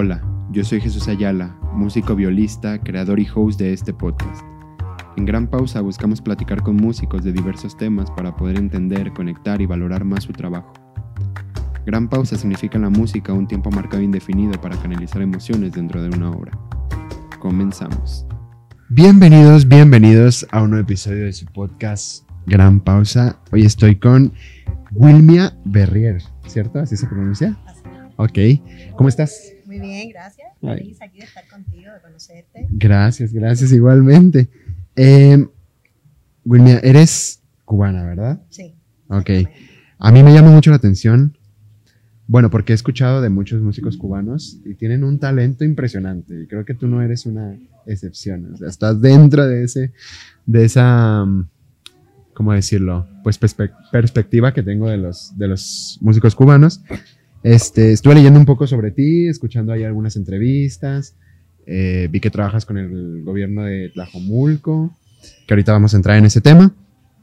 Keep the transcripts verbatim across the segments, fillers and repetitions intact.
Hola, yo soy Jesús Ayala, músico violista, creador y host de este podcast. En Gran Pausa buscamos platicar con músicos de diversos temas para poder entender, conectar y valorar más su trabajo. Gran Pausa significa en la música un tiempo marcado e indefinido para canalizar emociones dentro de una obra. Comenzamos. Bienvenidos, bienvenidos a un nuevo episodio de su podcast Gran Pausa. Hoy estoy con Wilmia Berrier, ¿cierto? ¿Así se pronuncia? Así. Ok. ¿Cómo estás? Muy bien, gracias. Feliz aquí de estar contigo, de conocerte. Gracias, gracias igualmente. Eh, Wilmia, eres cubana, ¿verdad? Sí. Ok. A mí me llama mucho la atención, bueno, porque he escuchado de muchos músicos cubanos y tienen un talento impresionante y creo que tú no eres una excepción. O sea, estás dentro de ese, de esa, ¿cómo decirlo? Pues perspe- perspectiva que tengo de los, de los músicos cubanos. Este, estuve leyendo un poco sobre ti, escuchando ahí algunas entrevistas. Eh, vi que trabajas con el gobierno de Tlajomulco, que ahorita vamos a entrar en ese tema.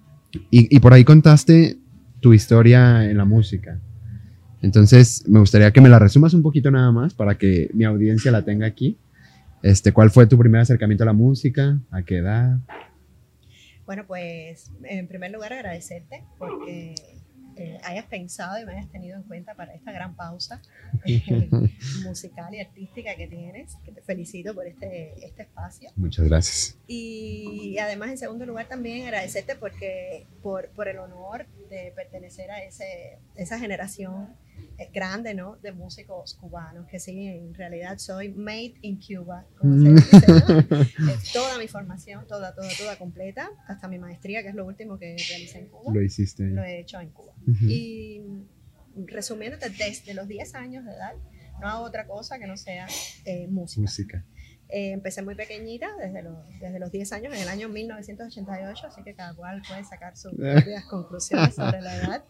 Y, y por ahí contaste tu historia en la música. Entonces, me gustaría que me la resumas un poquito nada más para que mi audiencia la tenga aquí. Este, ¿cuál fue tu primer acercamiento a la música? ¿A qué edad? Bueno, pues en primer lugar agradecerte porque eh, hayas pensado y me hayas tenido en cuenta para esta gran pausa eh, musical y artística que tienes, que te felicito por este, este espacio. Muchas gracias. Y además, en segundo lugar, también agradecerte porque, por, por el honor de pertenecer a ese, esa generación grande, ¿no?, de músicos cubanos, que sí, en realidad soy made in Cuba, como se dice, ¿no? Es toda mi formación, toda, toda, toda completa, hasta mi maestría, que es lo último que realicé en Cuba. Lo hiciste. Lo he hecho en Cuba. Uh-huh. Y resumiéndote, desde los diez años de edad, no hago otra cosa que no sea eh, música. Música. Eh, empecé muy pequeñita, desde los, desde los diez años, en el año mil novecientos ochenta y ocho, así que cada cual puede sacar sus propias conclusiones sobre la edad.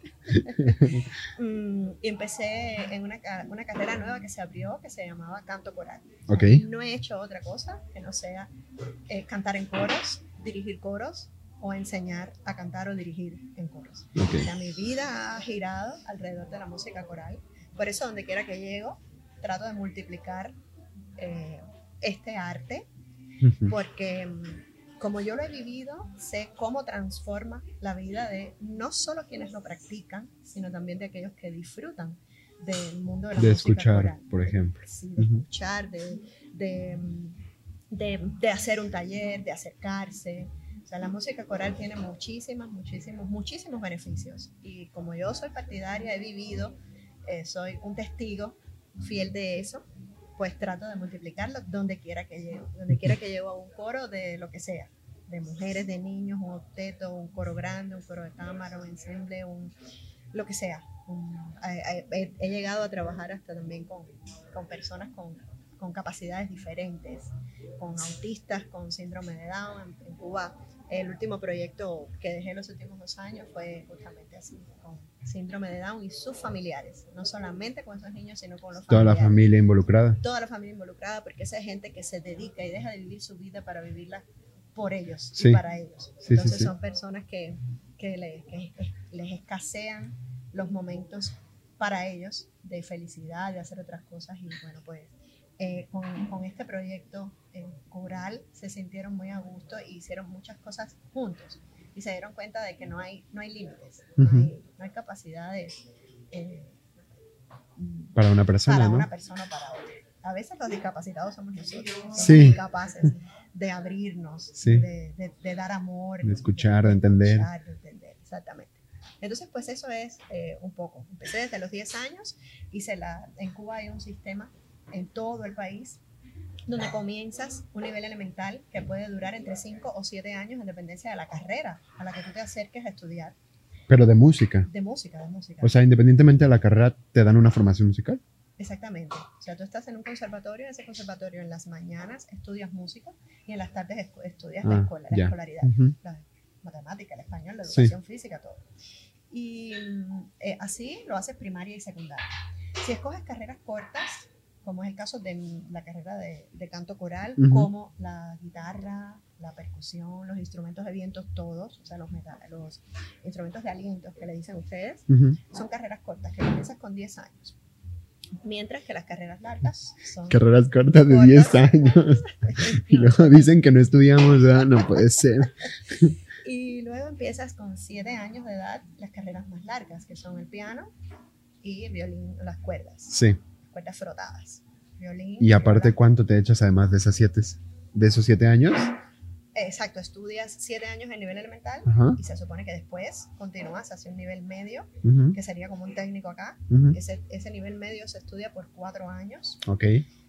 mm, y empecé en una, una carrera nueva que se abrió, que se llamaba canto coral. Okay. No he hecho otra cosa que no sea eh, cantar en coros, dirigir coros o enseñar a cantar o dirigir en coros. Okay. O sea, mi vida ha girado alrededor de la música coral. Por eso, donde quiera que llego, trato de multiplicar eh, este arte, porque como yo lo he vivido, sé cómo transforma la vida de no solo quienes lo practican, sino también de aquellos que disfrutan del mundo de la de música escuchar, coral. Por ejemplo. Sí, de uh-huh. escuchar, de, de, de, de hacer un taller, de acercarse. O sea, la música coral tiene muchísimos, muchísimos, muchísimos beneficios. Y como yo soy partidaria, he vivido, eh, soy un testigo fiel de eso, pues trato de multiplicarlo donde quiera que llego, donde quiera que llego a un coro de lo que sea, de mujeres, de niños, un octeto, un coro grande, un coro de cámara, un ensemble, un, lo que sea. Un, he, he, he llegado a trabajar hasta también con, con personas con, con capacidades diferentes, con autistas, con síndrome de Down. En, en Cuba, el último proyecto que dejé los últimos dos años fue justamente así, con síndrome de Down y sus familiares, no solamente con esos niños, sino con los Toda familiares. la familia involucrada. Toda la familia involucrada, porque esa es gente que se dedica y deja de vivir su vida para vivirla por ellos sí. y para ellos. Sí, Entonces sí, sí. son personas que, que, les, que les escasean los momentos para ellos de felicidad, de hacer otras cosas. Y bueno, pues eh, con, con este proyecto eh, coral se sintieron muy a gusto y hicieron muchas cosas juntos. Y se dieron cuenta de que no hay, no hay límites, uh-huh. no, hay, no hay capacidades eh, para una persona, para ¿no? una persona o para otra. A veces los discapacitados somos nosotros, somos sí. incapaces de abrirnos, sí. de, de, de dar amor, de escuchar, de, de, de entender. Escuchar, de entender, exactamente. Entonces, pues eso es eh, un poco. Empecé desde los diez años, hice la, en Cuba hay un sistema en todo el país donde comienzas un nivel elemental que puede durar entre cinco o siete años en dependencia de la carrera a la que tú te acerques a estudiar. Pero de música. De música, de música. O sea, independientemente de la carrera, ¿te dan una formación musical? Exactamente. O sea, tú estás en un conservatorio, en ese conservatorio en las mañanas estudias música y en las tardes estudias ah, la escuela, la ya. escolaridad, uh-huh. la matemática, el español, la educación sí. física, todo. Y eh, así lo haces primaria y secundaria. Si escoges carreras cortas, como es el caso de la carrera de, de canto coral, uh-huh. como la guitarra, la percusión, los instrumentos de vientos, todos, o sea, los, metal, los instrumentos de alientos que le dicen ustedes, uh-huh. son carreras cortas que comienzas con diez años. Mientras que las carreras largas son Carreras cortas de diez años. Y luego dicen que no estudiamos, ¿verdad? No puede ser. Y luego empiezas con siete años de edad las carreras más largas, que son el piano y el violín, las cuerdas. Sí. Cuerdas frotadas. Violín. Y aparte, viola. ¿cuánto te echas además de esas siete, de esos siete años? Exacto, estudias siete años en nivel elemental. Ajá. Y se supone que después continúas hacia un nivel medio, Uh-huh. que sería como un técnico acá. Uh-huh. Ese, ese nivel medio se estudia por cuatro años. Ok.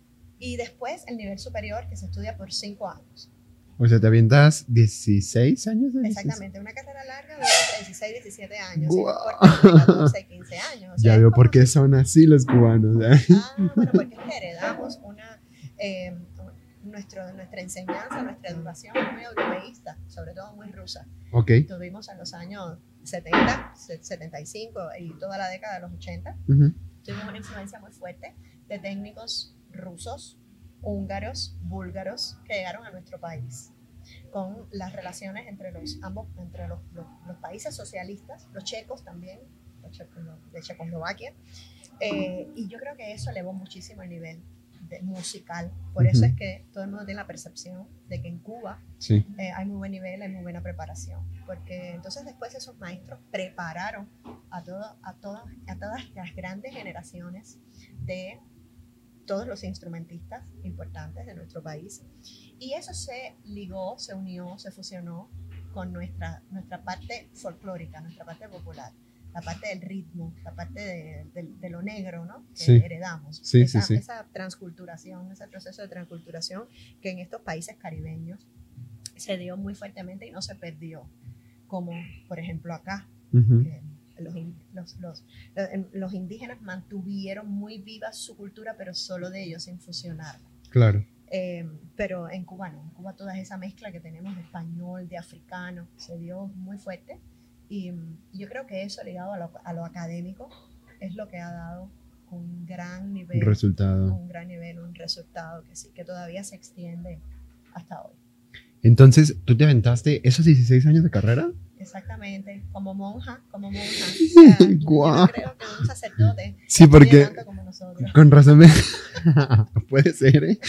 Y después el nivel superior, que se estudia por cinco años. O sea, te avientas dieciséis años. De Exactamente, una carrera larga dura entre dieciséis y diecisiete años. Wow. Y catorce, quince años. O sea, Ya es veo como por qué si- son así los cubanos. ¿Eh? Ah, bueno, porque es que heredamos una. Eh, nuestro, nuestra enseñanza, nuestra educación es muy europeísta, sobre todo muy rusa. Ok. Tuvimos en los años setenta, setenta y cinco y toda la década de los ochenta, Uh-huh. tuvimos una influencia muy fuerte de técnicos rusos, húngaros, búlgaros que llegaron a nuestro país con las relaciones entre los ambos, entre los, los, los países socialistas, los checos también, los checos de Checoslovaquia, eh, y yo creo que eso elevó muchísimo el nivel de, musical. Por eso Ujú. es que todo el mundo tiene la percepción de que en Cuba Sí. eh, hay muy buen nivel, hay muy buena preparación, porque entonces después esos maestros prepararon a, todo, a, todas, a todas las grandes generaciones de todos los instrumentistas importantes de nuestro país, y eso se ligó, se unió, se fusionó con nuestra, nuestra parte folclórica, nuestra parte popular, la parte del ritmo, la parte de, de, de lo negro, ¿no? Que Sí. heredamos. Sí, esa, sí, sí. esa transculturación, ese proceso de transculturación que en estos países caribeños se dio muy fuertemente y no se perdió, como por ejemplo acá. Uh-huh. que los, in- los, los, eh, los indígenas mantuvieron muy viva su cultura, pero solo de ellos, sin fusionarla. Claro. Eh, pero en Cuba no, en Cuba toda esa mezcla que tenemos de español, de africano, se dio muy fuerte, y mm, yo creo que eso ligado a lo, a lo académico es lo que ha dado un gran nivel, Un resultado. un gran nivel, un resultado que sí, que todavía se extiende hasta hoy. Entonces, ¿tú te aventaste esos dieciséis años de carrera? Exactamente, como monja, como monja. O sea, yo Guau. no creo que un sacerdote Sí, estudie porque tanto como nosotros. con razón me... Puede ser, ¿eh?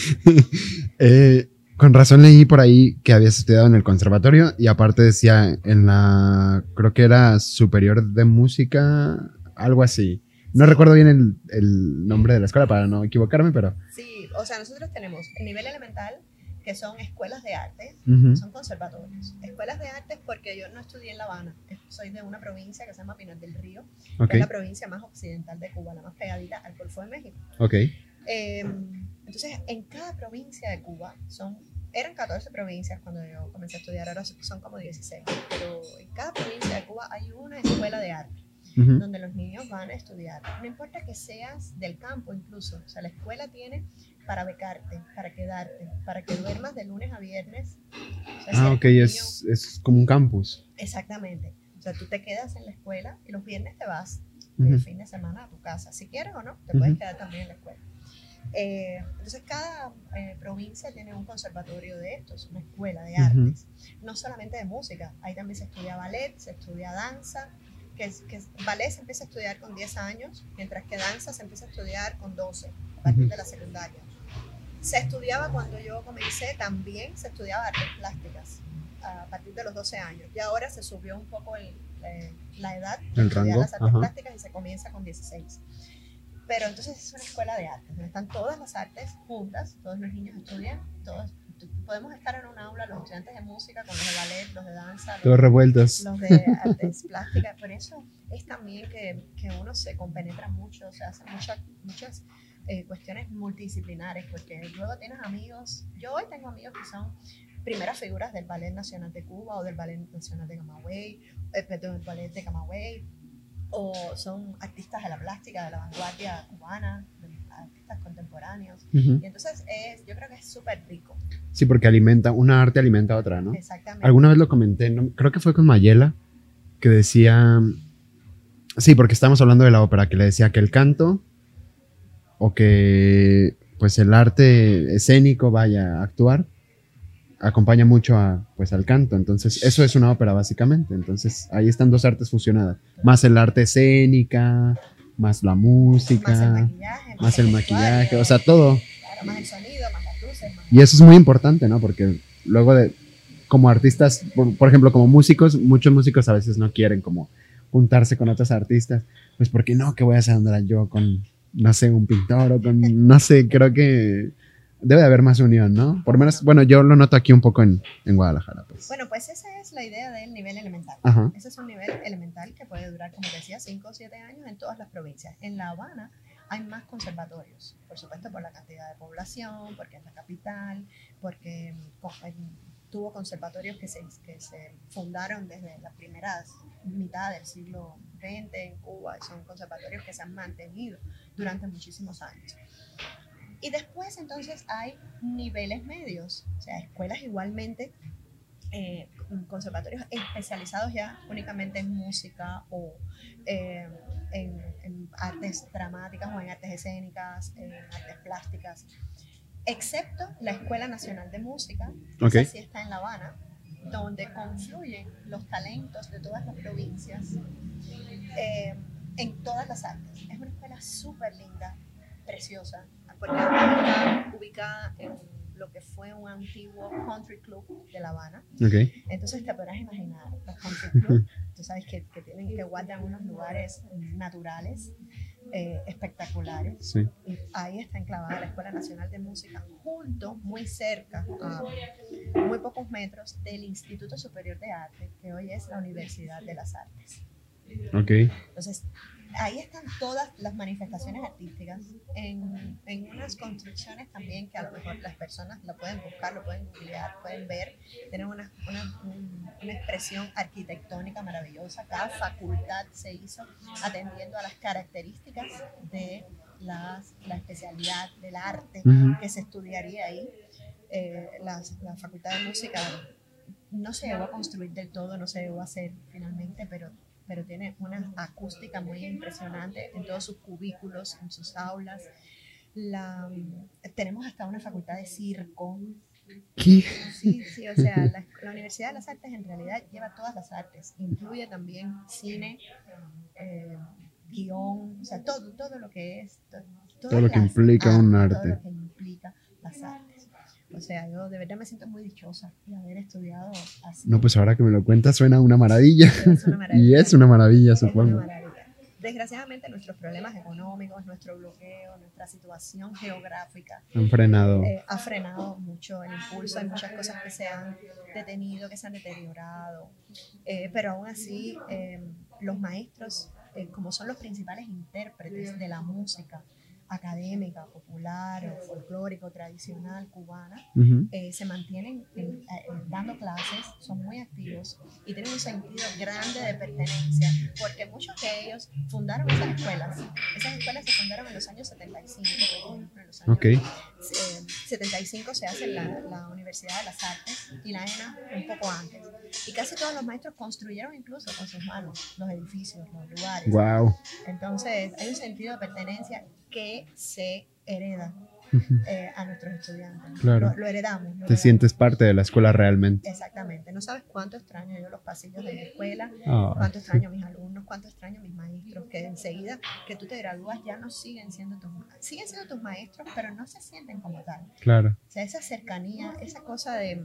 Eh, Con razón leí por ahí que habías estudiado en el conservatorio y aparte decía en la... Creo que era superior de música, algo así. No Sí. recuerdo bien el, el nombre de la escuela para no equivocarme, pero... Sí, o sea, nosotros tenemos el nivel elemental, que son escuelas de arte, Ujú. son conservatorios. Escuelas de arte es porque yo no estudié en La Habana, soy de una provincia que se llama Pinar del Río, Ok, que es la provincia más occidental de Cuba, la más pegadita al Golfo de México. ok. Eh, entonces, en cada provincia de Cuba, son, eran catorce provincias cuando yo comencé a estudiar, ahora son como dieciséis, pero en cada provincia de Cuba hay una escuela de arte Ujú. donde los niños van a estudiar. No importa que seas del campo incluso, o sea, la escuela tiene para becarte, para quedarte, para que duermas de lunes a viernes. O sea, si Ah, eres ok, un niño- es, es como un campus. Exactamente. O sea, tú te quedas en la escuela y los viernes te vas el Ujú. fin de semana a tu casa. Si quieres o no, te puedes Ujú. quedar también en la escuela. Eh, entonces, cada eh, provincia tiene un conservatorio de estos, una escuela de Ujú. artes. No solamente de música, ahí también se estudia ballet, se estudia danza. Que, es- que es- ballet se empieza a estudiar con diez años, mientras que danza se empieza a estudiar con doce, a partir Ujú. de la secundaria. Se estudiaba cuando yo comencé, también se estudiaba artes plásticas a partir de los doce años. Y ahora se subió un poco el, eh, la edad de El estudiar rango, las artes ajá. plásticas y se comienza con dieciséis. Pero entonces es una escuela de artes, donde están todas las artes juntas, todos los niños estudian, todos, podemos estar en un aula, los estudiantes de música, con los de ballet, los de danza, los Todos de- revueltos. los de artes plásticas. Por eso es también que, que uno se compenetra mucho, se hacen muchas, muchas eh, cuestiones multidisciplinares, porque luego tienes amigos, yo hoy tengo amigos que son primeras figuras del Ballet Nacional de Cuba o del Ballet Nacional de Camagüey, eh, perdón, el Ballet de Camagüey, o son artistas de la plástica, de la vanguardia cubana, de artistas contemporáneos. Ujú. Y entonces es, yo creo que es súper rico. Sí, porque alimenta, una arte alimenta a otra, ¿no? Exactamente. Alguna vez lo comenté, ¿no? Creo que fue con Mayela, que decía, sí, porque estábamos hablando de la ópera, que le decía que el canto o que pues el arte escénico vaya a actuar acompaña mucho a, pues, al canto. Entonces eso es una ópera básicamente. Entonces ahí están dos artes fusionadas, más el arte escénica, más la música, Más el maquillaje, más el maquillaje, vestuario, o sea, todo. claro, más el sonido, más las luces. Más... Y eso es muy importante, ¿no? Porque luego de, como artistas, por, por ejemplo, como músicos, muchos músicos a veces no quieren como juntarse con otros artistas, pues porque no, ¿qué voy a hacer andar yo con, no sé, un pintor o con, no sé, creo que debe de haber más unión, ¿no? Por lo menos, bueno, yo lo noto aquí un poco en, en Guadalajara, pues. Bueno, pues esa es la idea del nivel elemental. Ajá. Ese es un nivel elemental que puede durar, como decía, cinco o siete años en todas las provincias. En La Habana hay más conservatorios, por supuesto por la cantidad de población, porque es la capital, porque tuvo conservatorios que se, que se fundaron desde la primera mitad del siglo veinte en Cuba, y son conservatorios que se han mantenido durante muchísimos años. Y después entonces hay niveles medios, o sea, escuelas igualmente, eh, conservatorios especializados ya únicamente en música o eh, en, en artes dramáticas o en artes escénicas, en artes plásticas, excepto la Escuela Nacional de Música, que okay. sí está en La Habana, donde confluyen los talentos de todas las provincias eh, en todas las artes. Es una escuela súper linda, preciosa, porque está ubicada en lo que fue un antiguo country club de La Habana. Okay. Entonces te podrás imaginar, los country club, tú sabes que, que tienen que guardar unos lugares naturales, eh, espectaculares. Sí. Y ahí está enclavada la Escuela Nacional de Música, junto, muy cerca, a muy pocos metros, del Instituto Superior de Arte, que hoy es la Universidad de las Artes. Okay. Entonces, ahí están todas las manifestaciones artísticas en, en unas construcciones también que a lo mejor las personas lo pueden buscar, lo pueden googlear, pueden ver. Tienen una, una, una expresión arquitectónica maravillosa. Cada facultad se hizo atendiendo a las características de las, la especialidad del arte uh-huh. que se estudiaría ahí. Eh, la, la facultad de música no se llegó a construir del todo, no se llegó a hacer finalmente, pero pero tiene una acústica muy impresionante en todos sus cubículos, en sus aulas. La, tenemos hasta una facultad de circo. ¿Qué? Sí, sí, o sea, la, la Universidad de las Artes en realidad lleva todas las artes, incluye también cine, eh, guión, o sea, todo, todo lo que es, to, todo lo que implica un arte. Todo lo que implica las artes. O sea, yo de verdad me siento muy dichosa de haber estudiado así. No, pues ahora que me lo cuentas suena una maravilla. Es una maravilla. Y es una maravilla, supongo. Es una maravilla. Desgraciadamente nuestros problemas económicos, nuestro bloqueo, nuestra situación geográfica han frenado. Eh, ha frenado mucho el impulso. Hay muchas cosas que se han detenido, que se han deteriorado. Eh, pero aún así, eh, los maestros, eh, como son los principales intérpretes de la música académica, popular, o folclórico, tradicional, cubana, uh-huh. eh, se mantienen en, en, dando clases, son muy activos y tienen un sentido grande de pertenencia, porque muchos de ellos fundaron esas escuelas. Esas escuelas se fundaron en los años setenta y cinco, en los años okay. eh, setenta y cinco se hace la, la Universidad de las Artes y la ENA un poco antes. Y casi todos los maestros construyeron incluso con sus manos los edificios, los lugares. Wow. Entonces hay un sentido de pertenencia que se hereda eh, a nuestros estudiantes. Claro. Lo, lo heredamos. Lo Te heredamos. sientes parte de la escuela realmente. Exactamente. No sabes cuánto extraño yo los pasillos de mi escuela, oh. cuánto extraño a mis alumnos, cuánto extraño a mis maestros, que enseguida que tú te gradúas ya no siguen siendo tus siguen siendo tus maestros, pero no se sienten como tal. Claro. O sea, esa cercanía, esa cosa de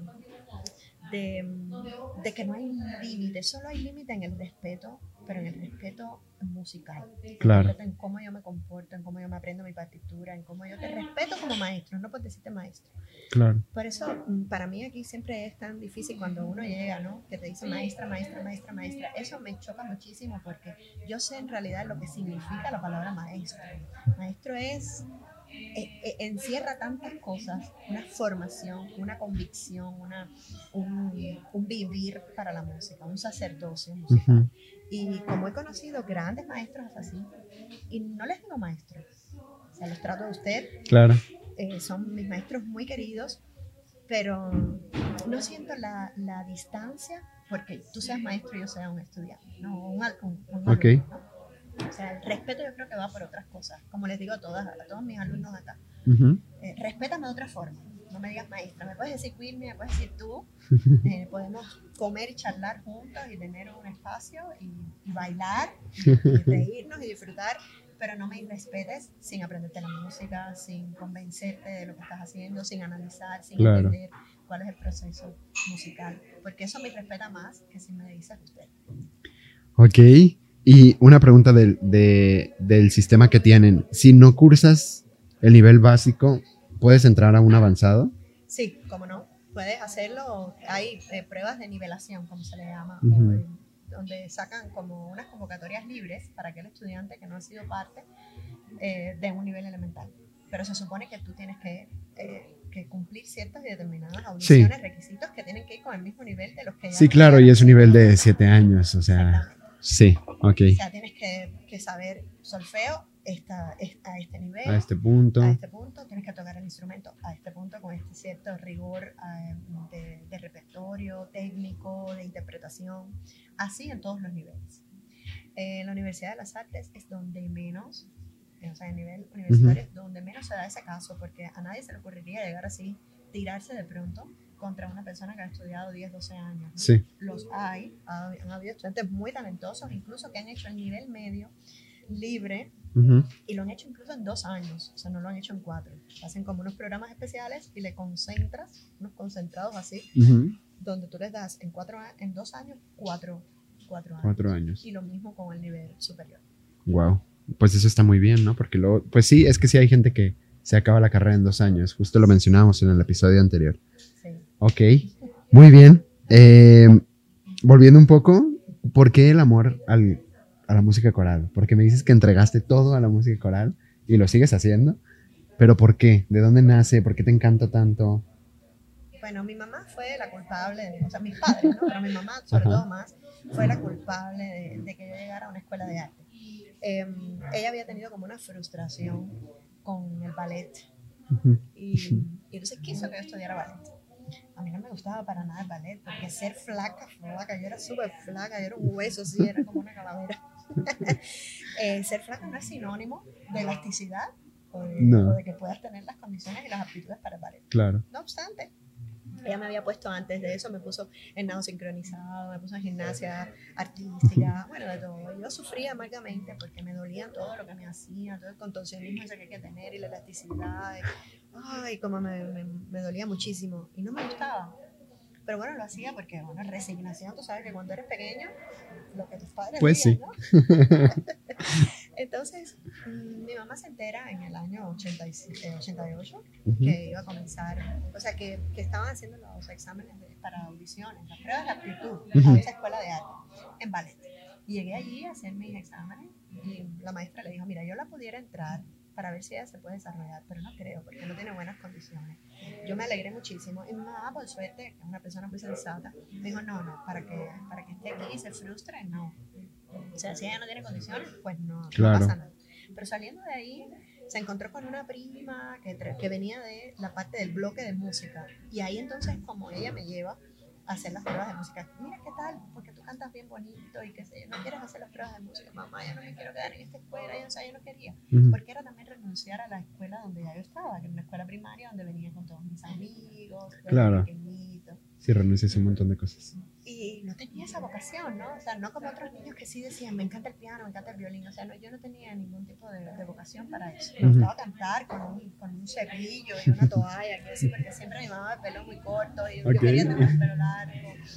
De, de que no hay límite, solo hay límite en el respeto, pero en el respeto musical. Claro. En cómo yo me comporto, en cómo yo me aprendo mi partitura, en cómo yo te respeto como maestro, no por decirte maestro. Claro. Por eso, para mí aquí siempre es tan difícil cuando uno llega, ¿no? Que te dice maestra, maestra, maestra, maestra. Eso me choca muchísimo porque yo sé en realidad lo que significa la palabra maestro. Maestro es... Eh, eh, encierra tantas cosas, una formación, una convicción, una, un, un vivir para la música, un sacerdocio musical. Uh-huh. Y como he conocido grandes maestros así, y no les digo maestros, o sea, los trato de usted, claro. eh, son mis maestros muy queridos, pero no siento la, la distancia porque tú seas maestro y yo sea un estudiante, no, un, un, un okay. alumno, ¿no? O sea, el respeto yo creo que va por otras cosas, como les digo a todas, a todos mis alumnos acá. Uh-huh. Eh, respétame de otra forma, no me digas maestra, me puedes decir Quilmy, me puedes decir tú, eh, podemos comer y charlar juntos y tener un espacio y, y bailar, y, y reírnos y disfrutar, pero no me irrespetes sin aprenderte la música, sin convencerte de lo que estás haciendo, sin analizar, sin Claro. entender cuál es el proceso musical, porque eso me respeta más que si me dices usted. Ok, y una pregunta del, de, del sistema que tienen. Si no cursas el nivel básico, ¿puedes entrar a un avanzado? Sí, cómo no, puedes hacerlo, hay eh, pruebas de nivelación, como se le llama, Ujú. o, eh, donde sacan como unas convocatorias libres para aquel estudiante que no ha sido parte eh, de un nivel elemental. Pero se supone que tú tienes que, eh, que cumplir ciertas y determinadas audiciones, Sí. requisitos que tienen que ir con el mismo nivel de los que ya Sí, no claro, y llegaron. es un nivel de siete años, o sea, Exactamente. sí, ok. O sea, tienes que, que saber solfeo esta, es- a este nivel, A este punto. a este punto, tienes que tocar el instrumento a este punto con este cierto rigor eh, de, de repertorio, técnico, de interpretación, así en todos los niveles. Eh, en la Universidad de las Artes es donde menos, eh, o sea, en nivel universitario es donde menos se da ese caso, porque a nadie se le ocurriría llegar así, tirarse de pronto contra una persona que ha estudiado diez, doce años, ¿no? Sí. Los hay, ha- han habido estudiantes muy talentosos, incluso que han hecho el nivel medio libre, Ujú. y lo han hecho incluso en dos años, o sea, no lo han hecho en cuatro. Hacen como unos programas especiales y le concentras, unos concentrados así, Ujú. donde tú les das en, cuatro, a- en dos años, cuatro, cuatro años. Cuatro años. Y lo mismo con el nivel superior. Wow. Pues eso está muy bien, ¿no? Porque luego, pues sí, es que sí hay gente que se acaba la carrera en dos años. Justo lo mencionábamos en el episodio anterior. Sí. Ok, muy bien. Eh, volviendo un poco, ¿por qué el amor al, a la música coral? Porque me dices que entregaste todo a la música coral y lo sigues haciendo. ¿Pero por qué? ¿De dónde nace? ¿Por qué te encanta tanto? Bueno, mi mamá fue la culpable, de, o sea, mis padres, ¿no? Pero mi mamá, sobre Ajá. todo más, fue la culpable de, de que yo llegara a una escuela de arte. Eh, ella había tenido como una frustración con el ballet Ujú. y, y entonces quiso que yo estudiara ballet. A mí no me gustaba para nada el ballet, porque ser flaca, flaca, yo era súper flaca, yo era un hueso, sí, era como una calavera. eh, ser flaca no es sinónimo de elasticidad o de, No. o de que puedas tener las condiciones y las aptitudes para el ballet. Claro. No obstante, ella me había puesto antes de eso, me puso en nado sincronizado, me puso en gimnasia artística, bueno, de todo. Yo sufría amargamente porque me dolía todo lo que me hacía, todo el contorsionismo ese que hay que tener y la elasticidad. Y, ay, como me, me, me dolía muchísimo y no me gustaba. Pero bueno, lo hacía porque, bueno, resignación, tú sabes que cuando eres pequeño, lo que tus padres Pues digan, sí. ¿no? Entonces, mi mamá se entera en el año ochenta y siete, ochenta y ocho Ujú. que iba a comenzar, o sea, que, que estaban haciendo los exámenes de, para audiciones, las pruebas de aptitud Ujú. a esa escuela de arte en ballet. Y llegué allí a hacer mis exámenes y la maestra le dijo, mira, yo la pudiera entrar para ver si ella se puede desarrollar, pero no creo, porque no tiene buenas condiciones. Yo me alegré muchísimo y mi mamá, por suerte, que es una persona muy sensata, me dijo, no, no, para que, para que esté aquí y se frustre, no. O sea, si ella no tiene condiciones, pues no, Claro. no pasa nada. Pero saliendo de ahí, se encontró con una prima que, que venía de la parte del bloque de música. Y ahí entonces, como ella me lleva a hacer las pruebas de música, mira qué tal, porque tú cantas bien bonito y qué sé yo, no quieres hacer las pruebas de música, mamá, yo no me quiero quedar en esta escuela, yo, o sea, yo no quería. Ujú. Porque era también renunciar a la escuela donde ya yo estaba, que era una escuela primaria donde venía con todos mis amigos, Claro. pequeñito. Sí, renuncias a un montón de cosas. Y no tenía esa vocación, ¿no? O sea, no como otros niños que sí decían, me encanta el piano, me encanta el violín. O sea, no, yo no tenía ningún tipo de, de vocación para eso. Me Ujú. gustaba cantar con un, con un cepillo y una toalla, que así, porque siempre mi mamá me peló muy corto y Ok. yo quería tener el pelo largo.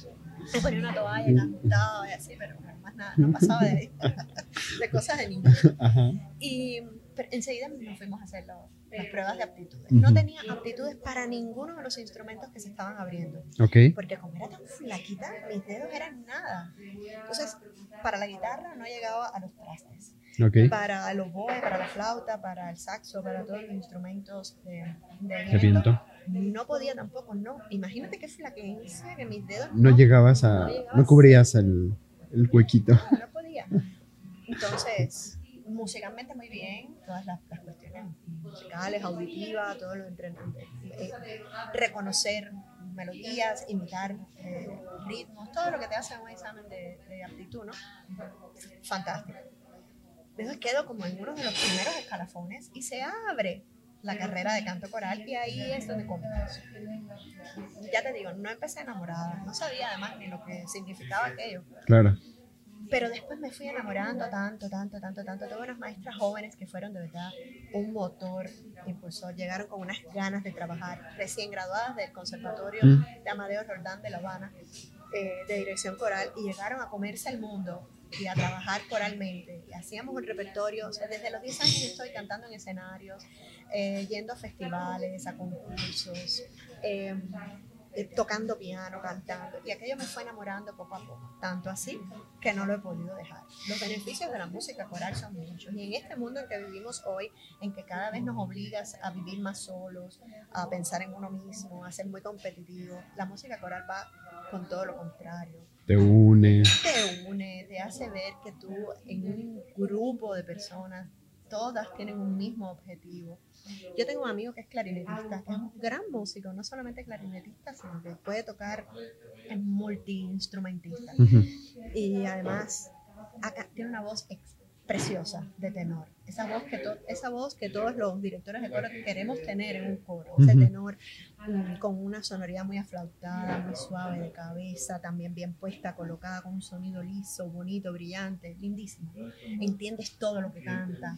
Me ponía una toalla y cantaba y así, pero más nada, no pasaba de ahí. De cosas de niño. Ajá. Y pero enseguida nos fuimos a hacer los, las pruebas de aptitudes. No Ujú. tenía aptitudes para ninguno de los instrumentos que se estaban abriendo. Ok. Porque como era tan flaquita, mis dedos eran nada. Entonces, para la guitarra no llegaba a los trastes. Ok. Para el oboe, para la flauta, para el saxo, para todos los instrumentos de, de De viento. no podía tampoco, no. Imagínate qué flaquencia que mis dedos No llegabas a. no llegabas. No cubrías el, el huequito. No, no podía. Entonces, musicalmente muy bien, todas las, las cuestiones musicales, auditivas, todo lo entrenamiento, eh, reconocer melodías, imitar eh, ritmos, todo lo que te hace en un examen de, de aptitud, ¿no? Fantástico. Entonces quedo como en uno de los primeros escalafones y se abre la carrera de canto coral y ahí es donde comienzo. Ya te digo, no empecé enamorada, no sabía además ni lo que significaba aquello. Claro. pero después me fui enamorando tanto, tanto, tanto, tanto. Tuve unas maestras jóvenes que fueron de verdad un motor impulsor. Llegaron con unas ganas de trabajar, recién graduadas del Conservatorio mm. de Amadeo Roldán de La Habana, eh, de dirección coral, y llegaron a comerse el mundo y a trabajar coralmente. Y hacíamos un repertorio, o sea, desde los diez años estoy cantando en escenarios, eh, yendo a festivales, a concursos, eh, eh, tocando piano, cantando, y aquello me fue enamorando poco a poco, tanto así que no lo he podido dejar. Los beneficios de la música coral son muchos, y en este mundo en que vivimos hoy, en que cada vez nos obligas a vivir más solos, a pensar en uno mismo, a ser muy competitivo, la música coral va con todo lo contrario. Te une. Te une, te hace ver que tú en un grupo de personas, todas tienen un mismo objetivo. Yo tengo un amigo que es clarinetista, que es un gran músico, no solamente clarinetista, sino que puede tocar, es multiinstrumentista. Uh-huh. Y además acá tiene una voz preciosa de tenor. Esa voz, que to- esa voz que todos los directores de coro queremos tener en un coro. Uh-huh. Ese tenor um, con una sonoridad muy aflautada, muy suave de cabeza, también bien puesta, colocada, con un sonido liso, bonito, brillante, lindísimo. Entiendes todo lo que canta.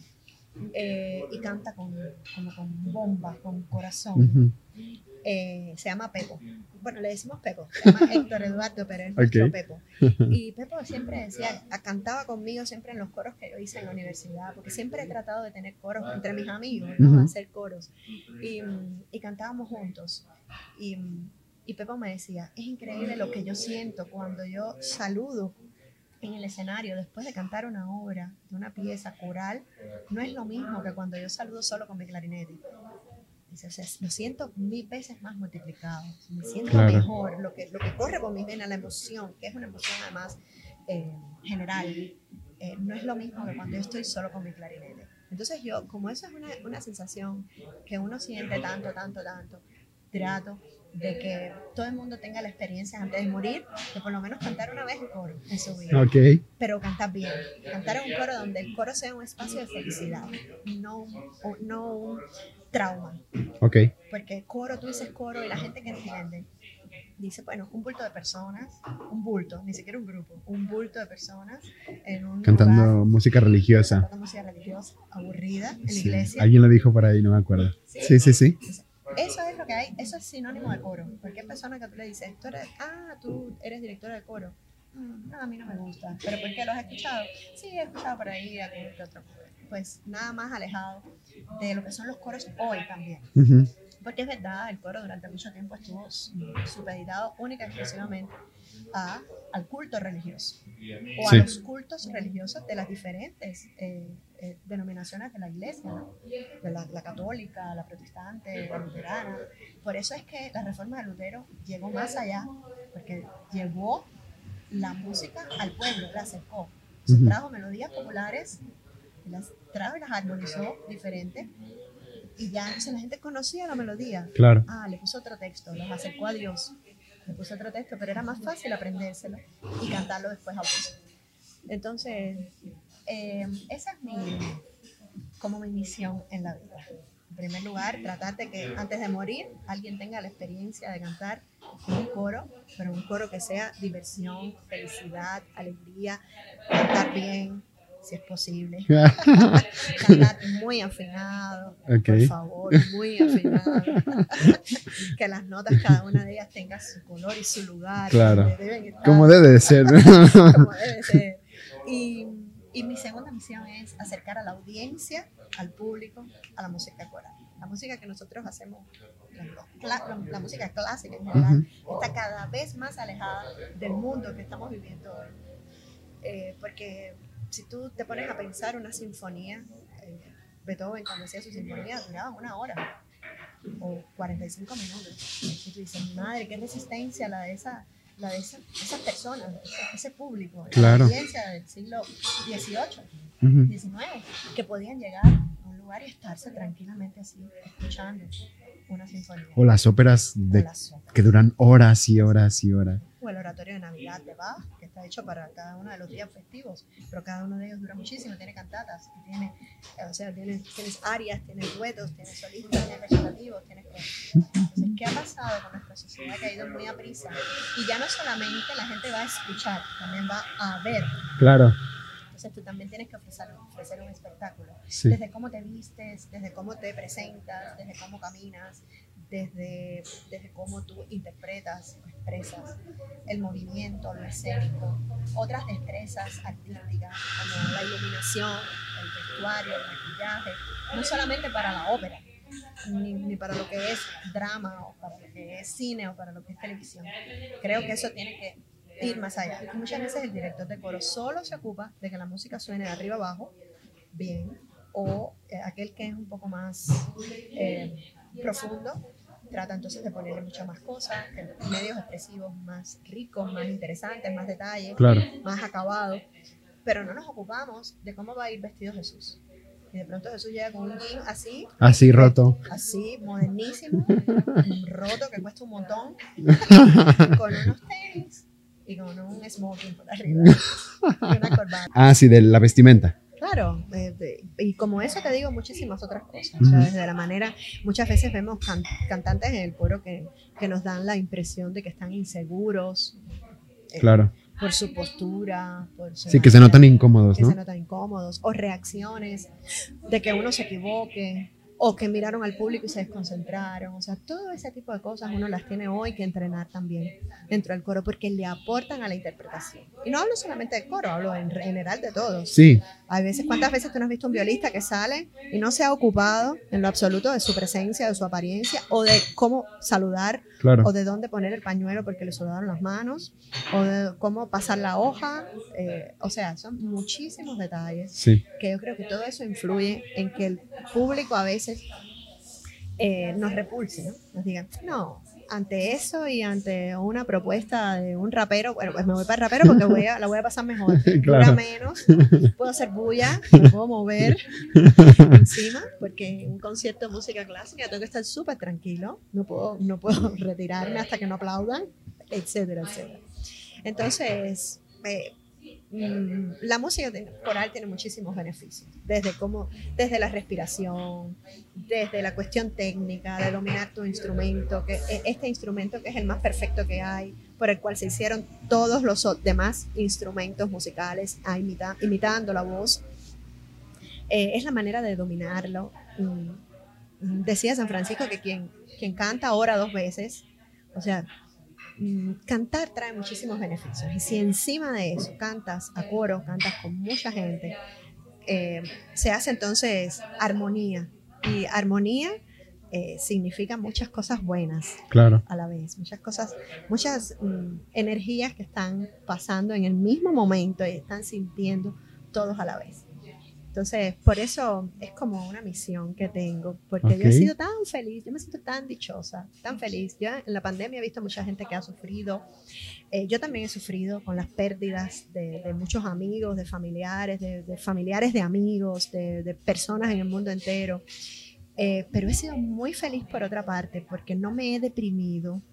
Eh, y canta con, como con bombas, con corazón. Uh-huh. eh, se llama Pepo. Bueno, le decimos Pepo, se llama Héctor Eduardo, pero es nuestro okay. Pepo. Y Pepo siempre decía, cantaba conmigo siempre en los coros que yo hice en la universidad, porque siempre he tratado de tener coros entre mis amigos, ¿no? Uh-huh. Hacer coros. Y, y cantábamos juntos. Y, y Pepo me decía, es increíble lo que yo siento cuando yo saludo en el escenario, después de cantar una obra, de una pieza coral, no es lo mismo que cuando yo saludo solo con mi clarinete. Dice, o sea, lo siento mil veces más multiplicado, me siento claro. mejor, lo que, lo que corre por mis venas, la emoción, que es una emoción además eh, general, eh, no es lo mismo que cuando yo estoy solo con mi clarinete. Entonces yo, como eso es una, una sensación que uno siente tanto, tanto, tanto, trato de que todo el mundo tenga la experiencia antes de morir, de por lo menos cantar una vez en coro en su vida. Okay. Pero cantar bien, cantar en un coro donde el coro sea un espacio de felicidad, no, no un trauma. Okay. Porque coro, tú dices coro y la gente que entiende dice, bueno, un bulto de personas, un bulto, ni siquiera un grupo, un bulto de personas en un cantando lugar, música religiosa. Cantando música religiosa, aburrida, en sí. la iglesia. Alguien lo dijo por ahí, no me acuerdo. Sí, sí, sí. sí. Entonces, eso es lo que hay, eso es sinónimo de coro. Cualquier persona que tú le dices, tú eres, ah, tú eres directora de coro. Mm, no, a mí no me gusta. ¿Pero por qué lo has escuchado? Sí, he escuchado por ahí algún que otro. Pues nada más alejado de lo que son los coros hoy también. Uh-huh. Porque es verdad, el coro durante mucho tiempo estuvo supeditado única y exclusivamente a, al culto religioso o sí. a los cultos religiosos de las diferentes eh, eh, denominaciones de la iglesia, ¿no? De la, la católica, la protestante, la luterana. Por eso es que la reforma de Lutero llegó más allá, porque llevó la música al pueblo, la acercó. Se uh-huh. trajo melodías populares, las trajo y las armonizó diferente. Y ya entonces la gente conocía la melodía. Claro. Ah, le puso otro texto, los acercó a Dios. Le puso otro texto, pero era más fácil aprendérselo y cantarlo después a voz. Entonces, eh, esa es mi, como mi misión en la vida. En primer lugar, tratar de que antes de morir alguien tenga la experiencia de cantar en un coro, pero un coro que sea diversión, felicidad, alegría, cantar bien, si es posible. Cantar muy afinado, okay. por favor, muy afinado. Que las notas, cada una de ellas tenga su color y su lugar. Claro, deben estar, como debe de ser. Como debe ser. Y, y mi segunda misión es acercar a la audiencia, al público, a la música coral. La música que nosotros hacemos, la, la, la música clásica en general, uh-huh. está cada vez más alejada del mundo que estamos viviendo hoy. Eh, porque si tú te pones a pensar una sinfonía, eh, Beethoven cuando hacía su sinfonía duraba una hora o cuarenta y cinco minutos. Y tú dices, madre, qué resistencia la de, esa, la de esa, esas personas, ese, ese público, claro. La audiencia del siglo dieciocho, uh-huh. diecinueve, que podían llegar a un lugar y estarse tranquilamente así, escuchando una sinfonía. O las óperas, de, o las óperas. Que duran horas y horas y horas. O el oratorio de Navidad de Bach, que está hecho para cada uno de los días festivos, pero cada uno de ellos dura muchísimo, tiene cantatas, tiene, o sea, tienes, tienes arias, tienes duetos, tienes solistas, tienes recitativos, tienes coros. Entonces, ¿qué ha pasado con nuestra sociedad que ha ido muy a prisa? Y ya no solamente la gente va a escuchar, también va a ver Claro. Entonces tú también tienes que ofrecer, ofrecer un espectáculo. Sí. Desde cómo te vistes, desde cómo te presentas, desde cómo caminas, desde, desde cómo tú interpretas o expresas el movimiento, lo escénico, otras destrezas artísticas como la iluminación, el vestuario, el maquillaje, no solamente para la ópera, ni, ni para lo que es drama o para lo que es cine o para lo que es televisión. Creo que eso tiene que ir más allá. Y muchas veces el director de coro solo se ocupa de que la música suene de arriba abajo bien, o eh, aquel que es un poco más eh, profundo trata entonces de ponerle muchas más cosas, medios expresivos más ricos, más interesantes, más detalles, claro, más acabados, pero no nos ocupamos de cómo va a ir vestido Jesús. Y de pronto Jesús llega con un jean así. Así roto. Así, modernísimo, roto que cuesta un montón, con unos tenis y con un smoking por arriba y una corbata. Ah, sí, de la vestimenta. Claro, eh, de, y como eso te digo muchísimas otras cosas. O sea, desde la manera, muchas veces vemos can, cantantes en el coro que, que nos dan la impresión de que están inseguros. Eh, claro. Por su postura, por su sí, que se notan incómodos, que ¿no? se notan incómodos, o reacciones de que uno se equivoque, o que miraron al público y se desconcentraron. O sea, todo ese tipo de cosas uno las tiene hoy que entrenar también dentro del coro, porque le aportan a la interpretación. Y no hablo solamente del coro, hablo en general de todos. Sí. Hay veces, ¿cuántas veces tú no has visto un violista que sale y no se ha ocupado en lo absoluto de su presencia, de su apariencia, o de cómo saludar, claro, o de dónde poner el pañuelo porque le sudaron las manos, o de cómo pasar la hoja? Eh, o sea, son muchísimos detalles sí, que yo creo que todo eso influye en que el público a veces eh, nos repulse, ¿no? Nos digan, no, ante eso y ante una propuesta de un rapero, bueno, pues me voy para el rapero porque voy a, la voy a pasar mejor. Claro. Dura menos, puedo hacer bulla, me puedo mover encima, porque en un concierto de música clásica tengo que estar súper tranquilo, no puedo, no puedo retirarme hasta que no aplaudan, etcétera, etcétera. Entonces, eh, la música coral tiene muchísimos beneficios, desde cómo, desde la respiración, desde la cuestión técnica de dominar tu instrumento, que este instrumento que es el más perfecto que hay, por el cual se hicieron todos los demás instrumentos musicales a imita, imitando la voz, eh, es la manera de dominarlo. Decía San Francisco que quien, quien canta ora dos veces, o sea, cantar trae muchísimos beneficios, y si encima de eso cantas a coro, cantas con mucha gente, eh, se hace entonces armonía, y armonía eh, significa muchas cosas buenas, claro, a la vez, muchas cosas, muchas mm, energías que están pasando en el mismo momento y están sintiendo todos a la vez. Entonces, por eso es como una misión que tengo, porque okay. yo he sido tan feliz, yo me siento tan dichosa, tan feliz. Yo en la pandemia he visto mucha gente que ha sufrido. Eh, yo también he sufrido con las pérdidas de, de muchos amigos, de familiares, de, de familiares de amigos, de, de personas en el mundo entero. Eh, pero he sido muy feliz por otra parte, porque no me he deprimido.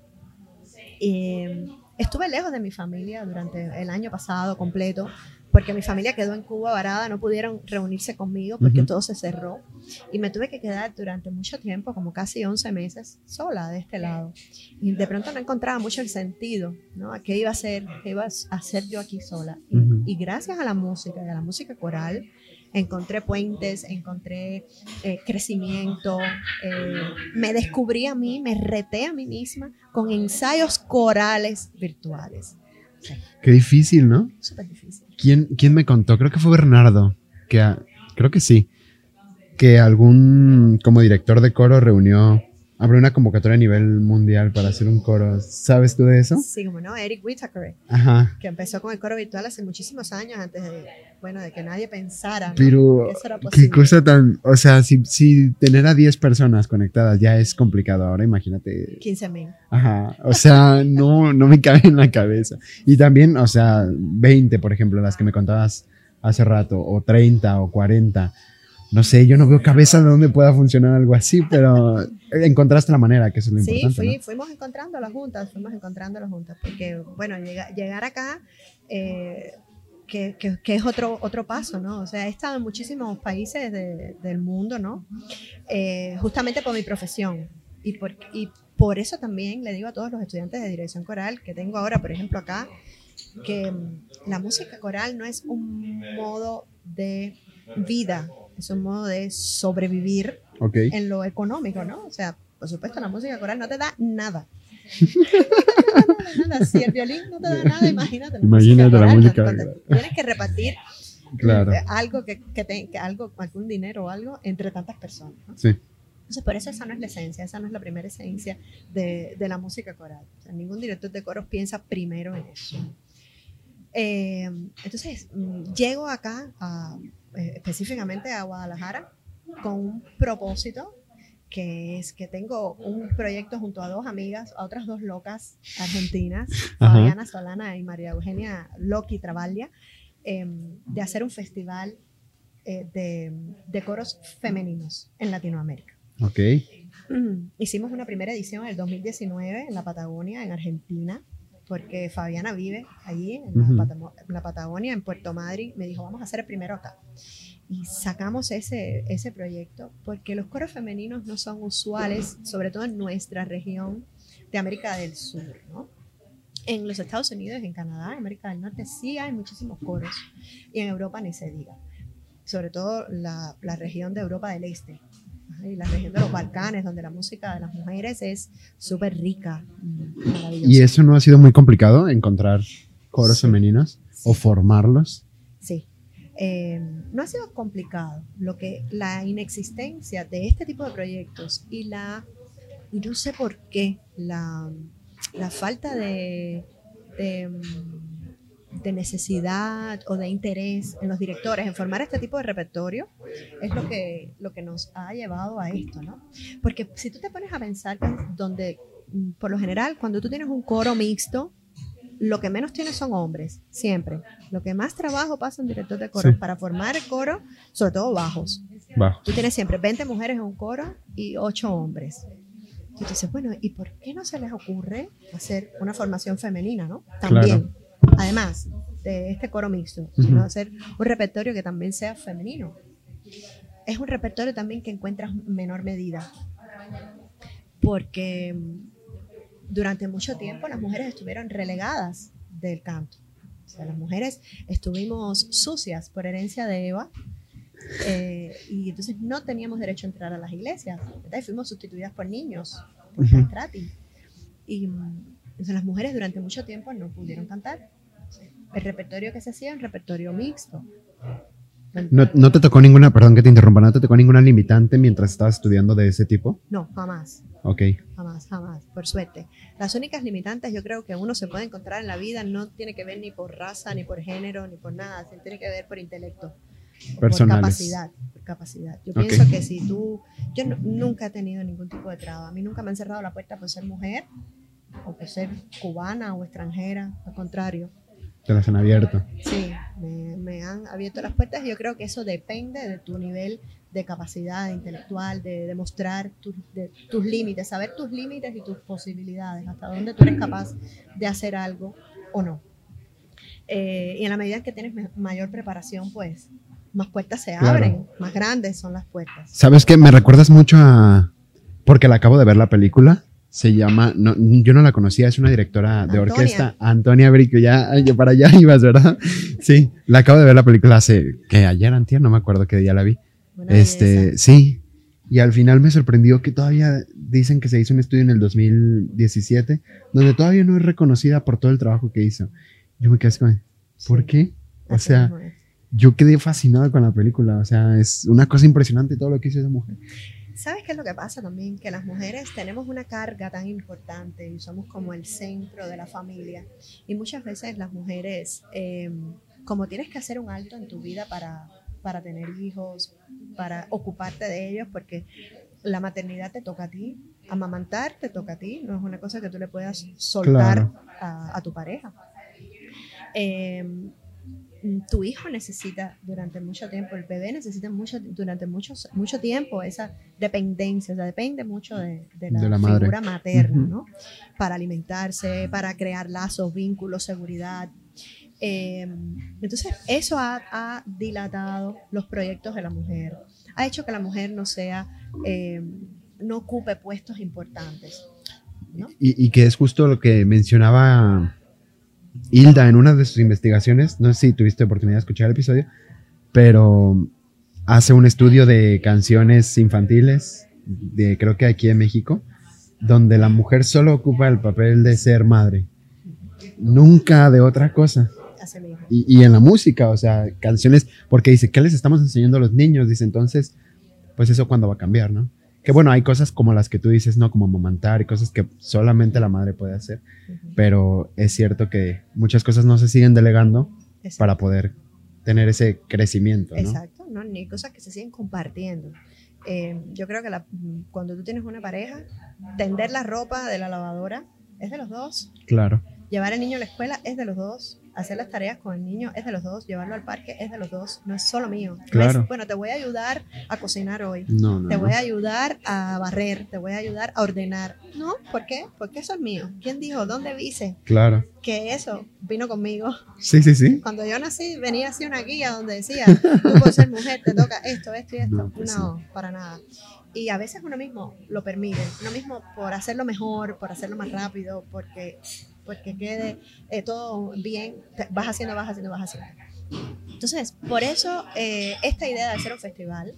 Eh, estuve lejos de mi familia durante el año pasado completo, porque mi familia quedó en Cuba varada, no pudieron reunirse conmigo porque uh-huh. todo se cerró, y me tuve que quedar durante mucho tiempo, como casi once meses, sola de este lado, y de pronto no encontraba mucho el sentido, ¿no? ¿Qué iba a hacer? ¿Qué iba a hacer yo aquí sola? Y, uh-huh. y gracias a la música, y a la música coral, encontré puentes, encontré eh, crecimiento, eh, me descubrí a mí, me reté a mí misma con ensayos corales virtuales. Sí. Qué difícil, ¿no? Súper difícil. ¿Quién, ¿Quién me contó? Creo que fue Bernardo, que a, creo que sí, que algún como director de coro reunió, abrió una convocatoria a nivel mundial para hacer un coro. ¿Sabes tú de eso? Sí, como no, Eric Whittaker, Ajá. que empezó con el coro virtual hace muchísimos años, antes de, bueno, de que nadie pensara, ¿no? Pero, que eso era posible. Qué cosa tan, o sea, si, si tener a diez personas conectadas ya es complicado, ahora imagínate. quince mil. Ajá, o sea, no, no me cabe en la cabeza. Y también, o sea, veinte, por ejemplo, las que me contabas hace rato, o treinta, o cuarenta. No sé, yo no veo cabeza de dónde pueda funcionar algo así, pero encontraste la manera, que eso es lo sí, importante. Sí, ¿no? fuimos encontrando las juntas, fuimos encontrando las juntas, porque, bueno, llega, llegar acá, eh, que, que, que es otro, otro paso, ¿no? O sea, he estado en muchísimos países de, del mundo, ¿no? Eh, justamente por mi profesión, y por, y por eso también le digo a todos los estudiantes de dirección coral que tengo ahora, por ejemplo, acá, que la música coral no es un modo de vida, es un modo de sobrevivir okay. en lo económico, ¿no? O sea, por supuesto, la música coral no te da nada. nada. Si el violín no te da nada, imagínate. La imagínate música la coral, música. cuando tienes que repartir claro. algo que, que, te, que algo, algún dinero o algo entre tantas personas, ¿no? Sí. Entonces, por eso esa no es la esencia, esa no es la primera esencia de, de la música coral. O sea, ningún director de coros piensa primero en eso. Eh, entonces, llego acá, a, eh, específicamente a Guadalajara, con un propósito, que es que tengo un proyecto junto a dos amigas, a otras dos locas argentinas, Ajá. Fabiana Solana y María Eugenia Loki Travaglia, eh, de hacer un festival eh, de, de coros femeninos en Latinoamérica. Ok. Hicimos una primera edición en el dos mil diecinueve en la Patagonia, en Argentina, porque Fabiana vive allí, en la, uh-huh. Pat- en la Patagonia, en Puerto Madryn. Me dijo, vamos a hacer el primero acá. Y sacamos ese, ese proyecto porque los coros femeninos no son usuales, sobre todo en nuestra región de América del Sur, ¿no? En los Estados Unidos, en Canadá, en América del Norte, sí hay muchísimos coros. Y en Europa ni se diga. Sobre todo la, la región de Europa del Este. Y la región de los Balcanes, donde la música de las mujeres es súper rica, maravillosa. ¿Y eso no ha sido muy complicado, encontrar coros sí. femeninos sí. o formarlos? Sí, eh, no ha sido complicado. Lo que la inexistencia de este tipo de proyectos y la, y no sé por qué, la, la falta de, de de necesidad o de interés en los directores en formar este tipo de repertorio es lo que, lo que nos ha llevado a esto, ¿no? Porque si tú te pones a pensar que donde, por lo general, cuando tú tienes un coro mixto, lo que menos tienes son hombres, siempre. Lo que más trabajo pasa en director de coro sí. para formar el coro, sobre todo bajos. Bajo. Tú tienes siempre veinte mujeres en un coro y ocho hombres. Y tú dices, bueno, ¿y por qué no se les ocurre hacer una formación femenina, ¿no? También. Claro. Además de este coro mixto, uh-huh. sino hacer un repertorio que también sea femenino. Es un repertorio también que encuentras menor medida, porque durante mucho tiempo las mujeres estuvieron relegadas del canto. O sea, las mujeres estuvimos sucias por herencia de Eva, eh, y entonces no teníamos derecho a entrar a las iglesias, ¿verdad? Y fuimos sustituidas por niños, por uh-huh. castrati. Y entonces las mujeres durante mucho tiempo no pudieron cantar. El repertorio que se hacía era un repertorio mixto. ¿No, ¿No te tocó ninguna, perdón que te interrumpa, no te tocó ninguna limitante mientras estabas estudiando de ese tipo? No, jamás. Ok. Jamás, jamás, por suerte. Las únicas limitantes yo creo que uno se puede encontrar en la vida no tiene que ver ni por raza, ni por género, ni por nada, tiene que ver por intelecto. Por capacidad, por capacidad. Yo pienso okay. que si tú, yo no, nunca he tenido ningún tipo de traba. A mí nunca me han cerrado la puerta por ser mujer, o por ser cubana o extranjera, al contrario. Te las han abierto. Sí, me, me han abierto las puertas y yo creo que eso depende de tu nivel de capacidad intelectual, de demostrar tus, de, tus límites, saber tus límites y tus posibilidades, hasta dónde tú eres capaz de hacer algo o no. Eh, y en la medida en que tienes mayor preparación, pues más puertas se abren, claro. más grandes son las puertas. ¿Sabes qué? Me recuerdas mucho a... Porque la acabo de ver la película. Se llama, no, yo no la conocía, es una directora de Antonia. orquesta, Antonia Brico, ya, ya para allá ibas, ¿verdad? Sí, la acabo de ver la película hace, que ayer, antier, no me acuerdo qué día la vi. Buena este, belleza. Sí, y al final me sorprendió que todavía dicen que se hizo un estudio en el dos mil diecisiete, donde todavía no es reconocida por todo el trabajo que hizo. Yo me quedé así como, ¿por sí, qué? O sea, yo quedé fascinado con la película, o sea, es una cosa impresionante todo lo que hizo esa mujer. ¿Sabes qué es lo que pasa también? Que las mujeres tenemos una carga tan importante y somos como el centro de la familia. Y muchas veces las mujeres, eh, como tienes que hacer un alto en tu vida para, para tener hijos, para ocuparte de ellos, porque la maternidad te toca a ti, amamantar te toca a ti, no es una cosa que tú le puedas soltar claro. a, a tu pareja. Eh, tu hijo necesita durante mucho tiempo, el bebé necesita mucho, durante mucho, mucho tiempo esa dependencia, o sea, depende mucho de, de, la, de la figura materna, uh-huh. ¿no? Para alimentarse, para crear lazos, vínculos, seguridad. Eh, entonces, eso ha, ha dilatado los proyectos de la mujer, ha hecho que la mujer no sea, eh, no ocupe puestos importantes, ¿no? Y, y que es justo lo que mencionaba Hilda, en una de sus investigaciones, no sé si tuviste oportunidad de escuchar el episodio, pero hace un estudio de canciones infantiles, de, creo que aquí en México, donde la mujer solo ocupa el papel de ser madre, nunca de otra cosa. Y, y en la música, o sea, canciones, porque dice, ¿qué les estamos enseñando a los niños? Dice, entonces, pues eso cuándo va a cambiar, ¿no? Que bueno, hay cosas como las que tú dices, ¿no? Como amamantar y cosas que solamente la madre puede hacer, uh-huh. Pero es cierto que muchas cosas no se siguen delegando. Exacto. Para poder tener ese crecimiento, ¿no? Exacto, ¿no? Ni cosas que se siguen compartiendo. Eh, yo creo que la, cuando tú tienes una pareja, tender la ropa de la lavadora es de los dos. Claro. Llevar al niño a la escuela es de los dos. Hacer las tareas con el niño es de los dos. Llevarlo al parque es de los dos. No es solo mío. Claro. No es, bueno, te voy a ayudar a cocinar hoy. No, no, te no. voy a ayudar a barrer. Te voy a ayudar a ordenar. No, ¿por qué? Porque eso es mío. ¿Quién dijo? ¿Dónde dice? Claro. Que eso vino conmigo. Sí, sí, sí. Cuando yo nací, venía así una guía donde decía, tú por ser mujer te toca esto, esto y esto. No, pues no sí. Para nada. Y a veces uno mismo lo permite. Uno mismo por hacerlo mejor, por hacerlo más rápido, porque... porque quede eh, todo bien, vas haciendo, vas haciendo, vas haciendo. Entonces, por eso eh, esta idea de hacer un festival,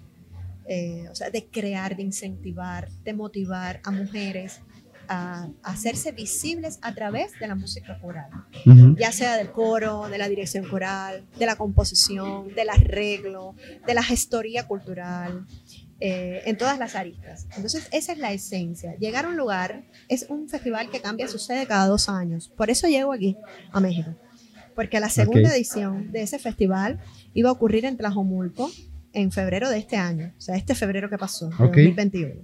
eh, o sea, de crear, de incentivar, de motivar a mujeres a, a hacerse visibles a través de la música coral, uh-huh. Ya sea del coro, de la dirección coral, de la composición, del arreglo, de la gestoría cultural, Eh, en todas las aristas. Entonces esa es la esencia. Llegar a un lugar es un festival que cambia su sede cada dos años. Por eso llego aquí a México, porque la segunda okay. edición de ese festival iba a ocurrir en Tlajomulco en febrero de este año, o sea, este febrero que pasó, okay. dos mil veintiuno.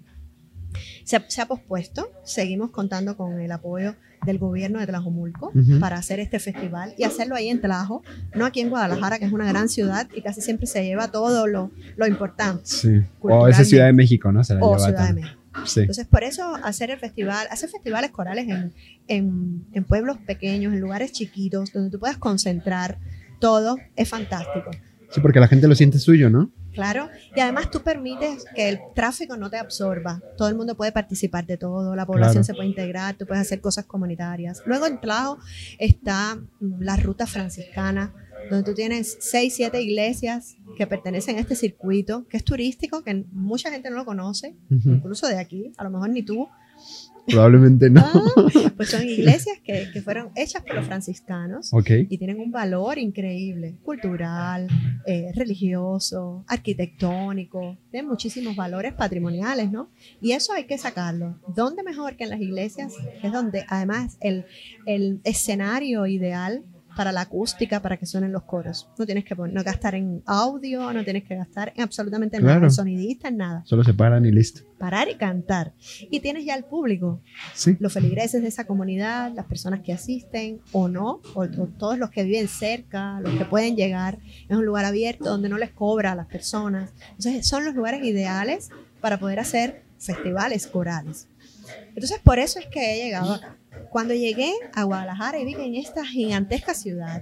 Se, se ha pospuesto, seguimos contando con el apoyo del gobierno de Tlajomulco uh-huh. para hacer este festival y hacerlo ahí en Tlajo, no aquí en Guadalajara, que es una gran ciudad y casi siempre se lleva todo lo, lo importante. Sí. O esa Ciudad de México, ¿no? Se la o lleva Ciudad tan... de México. Sí. Entonces, por eso hacer el festival, hacer festivales corales en, en, en pueblos pequeños, en lugares chiquitos, donde tú puedas concentrar todo, es fantástico. Sí, porque la gente lo siente suyo, ¿no? Claro, y además tú permites que el tráfico no te absorba. Todo el mundo puede participar de todo, la población claro. se puede integrar, tú puedes hacer cosas comunitarias. Luego en Tlajo está la ruta franciscana, donde tú tienes seis, siete iglesias que pertenecen a este circuito, que es turístico, que mucha gente no lo conoce, uh-huh. incluso de aquí, a lo mejor ni tú. Probablemente no. Ah, pues son iglesias que, que fueron hechas por los franciscanos okay. y tienen un valor increíble, cultural, eh, religioso, arquitectónico, tienen muchísimos valores patrimoniales, ¿no? Y eso hay que sacarlo. ¿Dónde mejor que en las iglesias? Es donde además el, el escenario ideal para la acústica, para que suenen los coros. No tienes que poner, no gastar en audio, no tienes que gastar en absolutamente claro. nada, en sonidista, en nada. Solo se paran y listo. Parar y cantar. Y tienes ya el público, sí. los feligreses de esa comunidad, las personas que asisten o no, o, o todos los que viven cerca, los que pueden llegar. Es un lugar abierto donde no les cobra a las personas. Entonces son los lugares ideales para poder hacer festivales corales. Entonces por eso es que he llegado acá. Cuando llegué a Guadalajara y vi que en esta gigantesca ciudad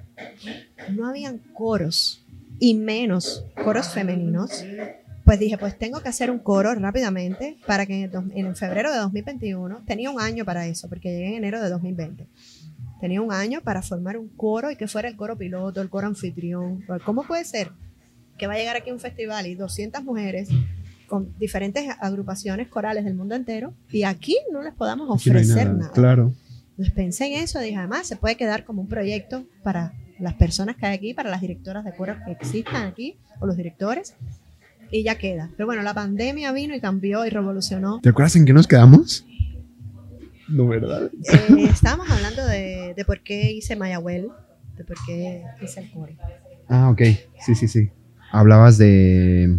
no habían coros, y menos coros femeninos, pues dije, pues tengo que hacer un coro rápidamente para que en, el, en febrero de dos mil veintiuno, tenía un año para eso, porque llegué en enero de dos mil veinte, tenía un año para formar un coro y que fuera el coro piloto, el coro anfitrión. ¿Cómo puede ser que va a llegar aquí un festival y doscientas mujeres con diferentes agrupaciones corales del mundo entero y aquí no les podamos ofrecer no nada? nada? Claro. Entonces pensé en eso y dije, además se puede quedar como un proyecto para las personas que hay aquí, para las directoras de coros que existan aquí, o los directores, y ya queda. Pero bueno, la pandemia vino y cambió y revolucionó. ¿Te acuerdas en qué nos quedamos? No, ¿verdad? Eh, estábamos hablando de, de por qué hice Mayagüel, de por qué hice el coro. Ah, ok. Sí, sí, sí. Hablabas de...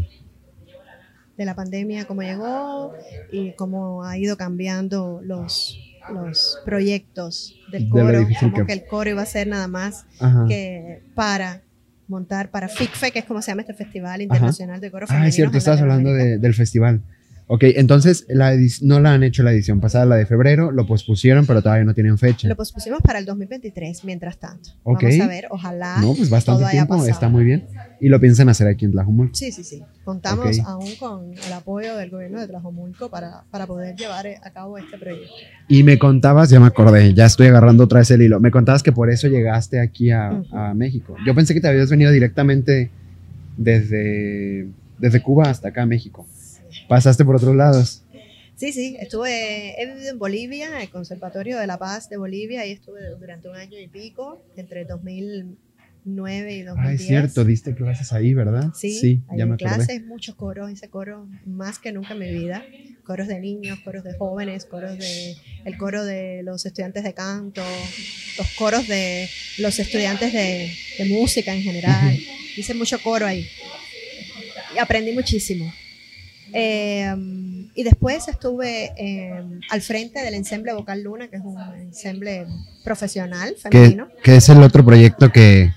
de la pandemia, cómo llegó y cómo ha ido cambiando los... los proyectos del coro, como que... que el coro iba a ser nada más Ajá. que para montar para FICFE, que es como se llama este Festival Internacional Ajá. de Coro Femenino. Ah, es cierto, estabas hablando de, del festival. Ok, entonces la edi- no la han hecho la edición pasada, la de febrero, lo pospusieron, pero todavía no tienen fecha. Lo pospusimos para el dos mil veintitrés, mientras tanto. Ok. Vamos a ver, ojalá No, pues bastante todo haya tiempo, pasado. está muy bien. Y lo piensan hacer aquí en Tlajumulco. Sí, sí, sí. Contamos Ok. aún con el apoyo del gobierno de Tlajomulco para, para poder llevar a cabo este proyecto. Y me contabas, ya me acordé, ya estoy agarrando otra vez el hilo. Me contabas que por eso llegaste aquí a, Ujú. a México. Yo pensé que te habías venido directamente desde, desde Cuba hasta acá a México. Pasaste por otros lados. Sí, sí, estuve, he vivido en Bolivia, en el Conservatorio de La Paz de Bolivia, ahí estuve durante un año y pico, entre dos mil nueve y dos mil Ah, diez. es cierto, diste clases ahí, ¿verdad? Sí, ahí ya me en acordé. clases, muchos coros, hice coros más que nunca en mi vida. Coros de niños, coros de jóvenes, coros de el coro de los estudiantes de canto, los coros de los estudiantes de, de música en general. Ujú. Hice mucho coro ahí y aprendí muchísimo. Eh, y después estuve eh, al frente del ensemble Vocal Luna, que es un ensemble profesional Que, femenino. que es el otro proyecto que,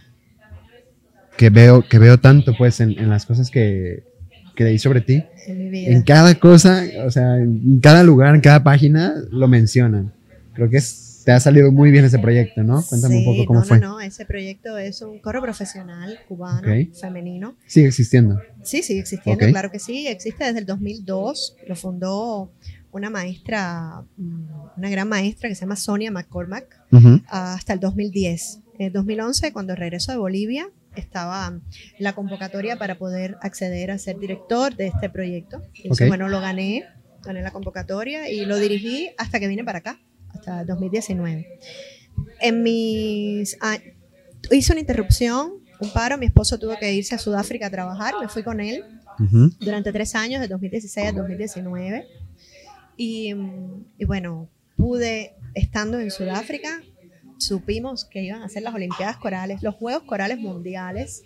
que, veo, que veo tanto pues en, en las cosas que, que leí sobre ti. En mi vida. En cada cosa, o sea, en cada lugar, en cada página lo mencionan. Creo que es, te ha salido muy bien ese proyecto, ¿no? Cuéntame Sí, un poco cómo no, fue. No, no, ese proyecto es un coro profesional cubano, Ok. femenino. Sigue existiendo. Sí, sigue existiendo, Ok. claro que sí. Existe desde el dos mil dos. Lo fundó una maestra, mm, una gran maestra que se llama Sonia McCormack, Ujú. hasta el dos mil diez. En el dos mil once, cuando regresó de Bolivia, estaba la convocatoria para poder acceder a ser director de este proyecto. Entonces, Ok. bueno, lo gané, gané la convocatoria y lo dirigí hasta que vine para acá, hasta el dos mil diecinueve. En mis... ah, hice una interrupción, un paro, mi esposo tuvo que irse a Sudáfrica a trabajar, me fui con él Ujú. durante tres años, de dos mil dieciséis a dos mil diecinueve. Y, mm, y bueno, pude, estando en Sudáfrica, supimos que iban a hacer las Olimpiadas Corales, los Juegos Corales Mundiales,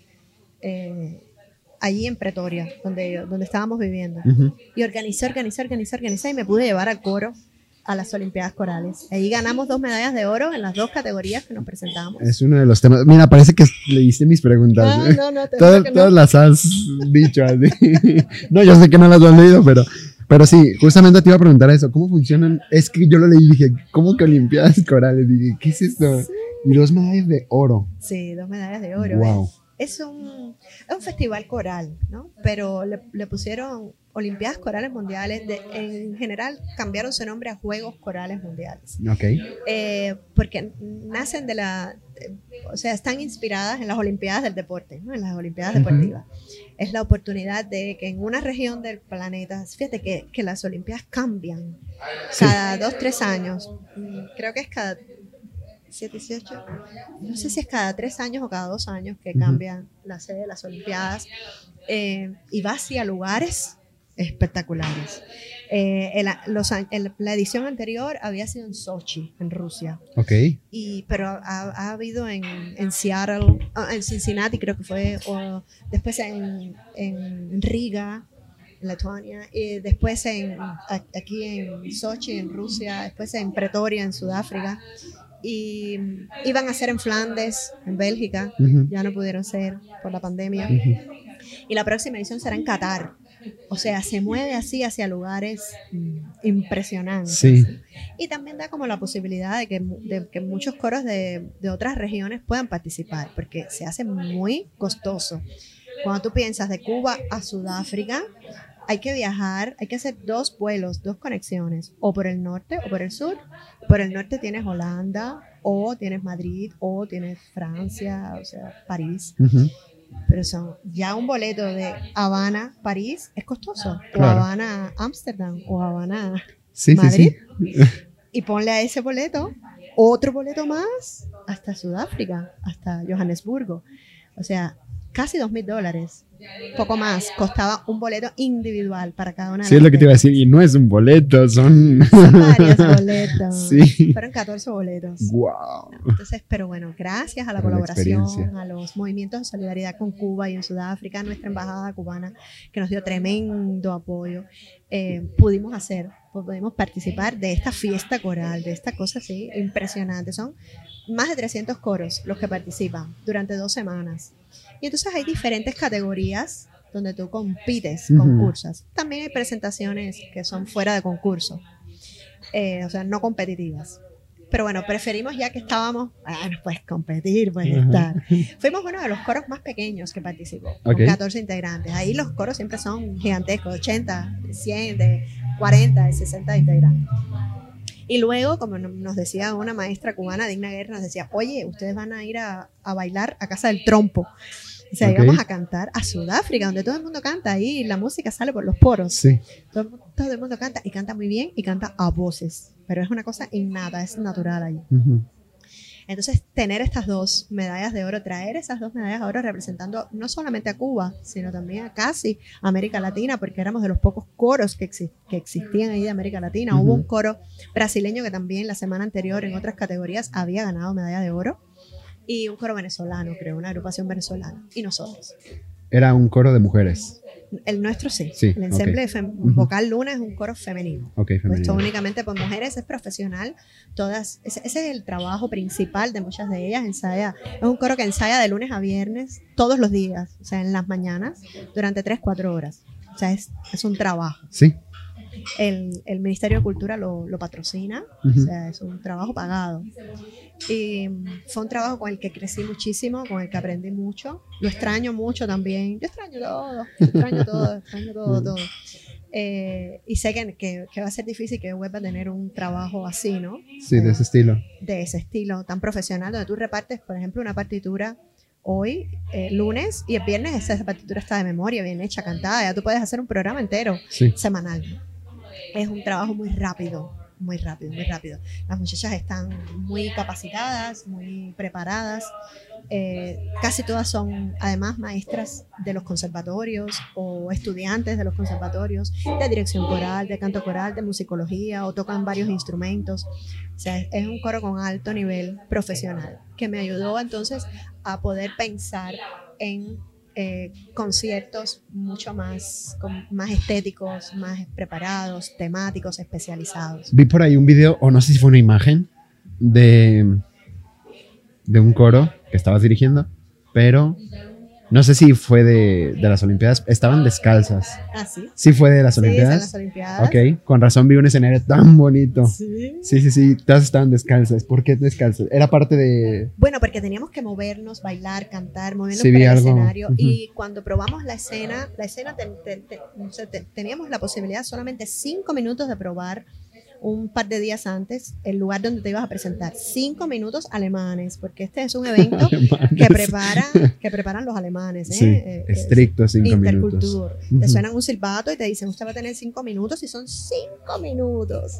eh, allí en Pretoria, donde, donde estábamos viviendo. Ujú. Y organicé, organicé, organicé, organicé y me pude llevar al coro a las Olimpiadas Corales. Ahí ganamos dos medallas de oro en las dos categorías que nos presentamos. Es uno de los temas. Mira, parece que leíste mis preguntas. Ah, ¿eh? no, no, te todas, juro que no. todas las has dicho así. No, yo sé que no las has leído, pero, pero sí, justamente te iba a preguntar eso. ¿Cómo funcionan? Es que yo lo leí y dije, ¿cómo que Olimpiadas Corales? Dije, ¿qué es esto? Y dos medallas de oro. Sí, dos medallas de oro. Wow. ¿eh? Es un, es un festival coral, ¿no? Pero le, le pusieron Olimpiadas Corales Mundiales. De, en general, cambiaron su nombre a Juegos Corales Mundiales. Ok. Eh, porque nacen de la... de- o sea, están inspiradas en las Olimpiadas del deporte, ¿no? En las Olimpiadas Ujú. deportivas. Es la oportunidad de que en una región del planeta, fíjate que, que las Olimpiadas cambian Sí. cada dos, tres años. Mm, Creo que es cada siete, dieciocho, no sé si es cada tres años o cada dos años que Ujú. cambian la sede de las Olimpiadas, eh, y va hacia lugares espectaculares. Eh, el- los a- el- la edición anterior había sido en Sochi, en Rusia, Ok. y, pero ha, ha habido en, en Seattle, ah, en Cincinnati creo que fue, o después en, en Riga, en Lituania, y después en, a- aquí en Sochi, en Rusia, después en Pretoria, en Sudáfrica, y mm, iban a ser en Flandes, en Bélgica, Ujú. ya no pudieron ser por la pandemia, Ujú. y la próxima edición será en Qatar. O sea, se mueve así hacia lugares mm, impresionantes. Sí. Y también da como la posibilidad de que, mu- de que muchos coros de, de otras regiones puedan participar, porque se hace muy costoso. Cuando tú piensas de Cuba a Sudáfrica, hay que viajar, hay que hacer dos vuelos, dos conexiones, o por el norte o por el sur. Por el norte tienes Holanda, o tienes Madrid, o tienes Francia, o sea, París. Ujú. Pero son ya un boleto de Habana, París, es costoso. O Claro. Habana, Ámsterdam, o Habana, Sí, Madrid. sí, sí. y ponle a ese boleto otro boleto más hasta Sudáfrica, hasta Johannesburgo. O sea, casi dos mil dólares. Poco más. Costaba un boleto individual para cada una de Sí, las es lo que te iba a orquestas. decir. Y no es un boleto, son. Son varios boletos. Sí. Fueron catorce boletos. Wow. Entonces, pero bueno, gracias a la Por la colaboración, experiencia. a los movimientos de solidaridad con Cuba y en Sudáfrica, a nuestra embajada cubana, que nos dio tremendo apoyo, eh, pudimos hacer, pudimos participar de esta fiesta coral, de esta cosa así impresionante. Son más de trescientos coros los que participan durante dos semanas. Y entonces hay diferentes categorías donde tú compites, Ujú. concursas. También hay presentaciones que son fuera de concurso, eh, o sea, no competitivas. Pero bueno, preferimos ya que estábamos, bueno, pues competir, pues Ajá. estar. Fuimos uno de los coros más pequeños que participó, Ok. con catorce integrantes. Ahí los coros siempre son gigantescos, ochenta, cien, de cuarenta, de sesenta integrantes. Y luego, como no- nos decía una maestra cubana, Digna Guerra, nos decía, oye, ustedes van a ir a, a bailar a Casa del Trompo. O sea, Ok. íbamos a cantar a Sudáfrica, donde todo el mundo canta, ahí la música sale por los poros. Sí. Todo, el mu- todo el mundo canta y canta muy bien y canta a voces, pero es una cosa innata, es natural ahí. Ujú. Entonces, tener estas dos medallas de oro, traer esas dos medallas de oro representando no solamente a Cuba, sino también a casi América Latina, porque éramos de los pocos coros que, exi- que existían ahí de América Latina. Ujú. Hubo un coro brasileño que también la semana anterior en otras categorías había ganado medalla de oro, y un coro venezolano, creo, una agrupación venezolana, y nosotros. Era un coro de mujeres. El nuestro sí, Sí, el ensemble ok. fem- Ujú. vocal Luna es un coro femenino. Ok, Puesto femenino. únicamente por mujeres, es profesional. Todas, ese, ese es el trabajo principal de muchas de ellas. Ensaya, es un coro que ensaya de lunes a viernes, todos los días, o sea, en las mañanas, durante tres, cuatro horas. O sea, es, es un trabajo. Sí. El, el Ministerio de Cultura lo, lo patrocina, Ujú. o sea, es un trabajo pagado. Y mm, fue un trabajo con el que crecí muchísimo, con el que aprendí mucho. Lo extraño mucho también. Yo extraño todo, yo extraño todo, extraño todo, todo. Eh, y sé que, que, que va a ser difícil que vuelva a tener un trabajo así, ¿no? Sí, de ese estilo. De ese estilo tan profesional, donde tú repartes, por ejemplo, una partitura hoy, eh, lunes, y el viernes esa, esa partitura está de memoria, bien hecha, cantada. Ya tú puedes hacer un programa entero Sí. semanal. Es un trabajo muy rápido, muy rápido, muy rápido. Las muchachas están muy capacitadas, muy preparadas. Eh, casi todas son además maestras de los conservatorios o estudiantes de los conservatorios, de dirección coral, de canto coral, de musicología, o tocan varios instrumentos. O sea, es, es un coro con alto nivel profesional que me ayudó entonces a poder pensar en eh, conciertos mucho más, con- más estéticos, más preparados, temáticos, especializados. Vi por ahí un video, o no sé si fue una imagen, de, de un coro que estabas dirigiendo, pero no sé si fue de, de las Olimpiadas. Estaban descalzas. Ah, sí. Sí fue de las Sí, es en Olimpiadas. las Olimpiadas. Ok, con razón vi un escenario tan bonito. Sí. Sí, sí, sí, todas estaban descalzas. ¿Por qué descalzas? Era parte de... Bueno, porque teníamos que movernos, bailar, cantar, movernos Sí, por vi el algo. escenario. Ujú. Y cuando probamos la escena, la escena te- te- te- o sea, te- teníamos la posibilidad solamente cinco minutos de probar un par de días antes el lugar donde te ibas a presentar. Cinco minutos alemanes, porque este es un evento que Alemanes. preparan, que preparan los alemanes. ¿eh? Sí, Eh, estricto, cinco minutos. Intercultur. Ujú. Te suenan un silbato y te dicen, usted va a tener cinco minutos, y son cinco minutos.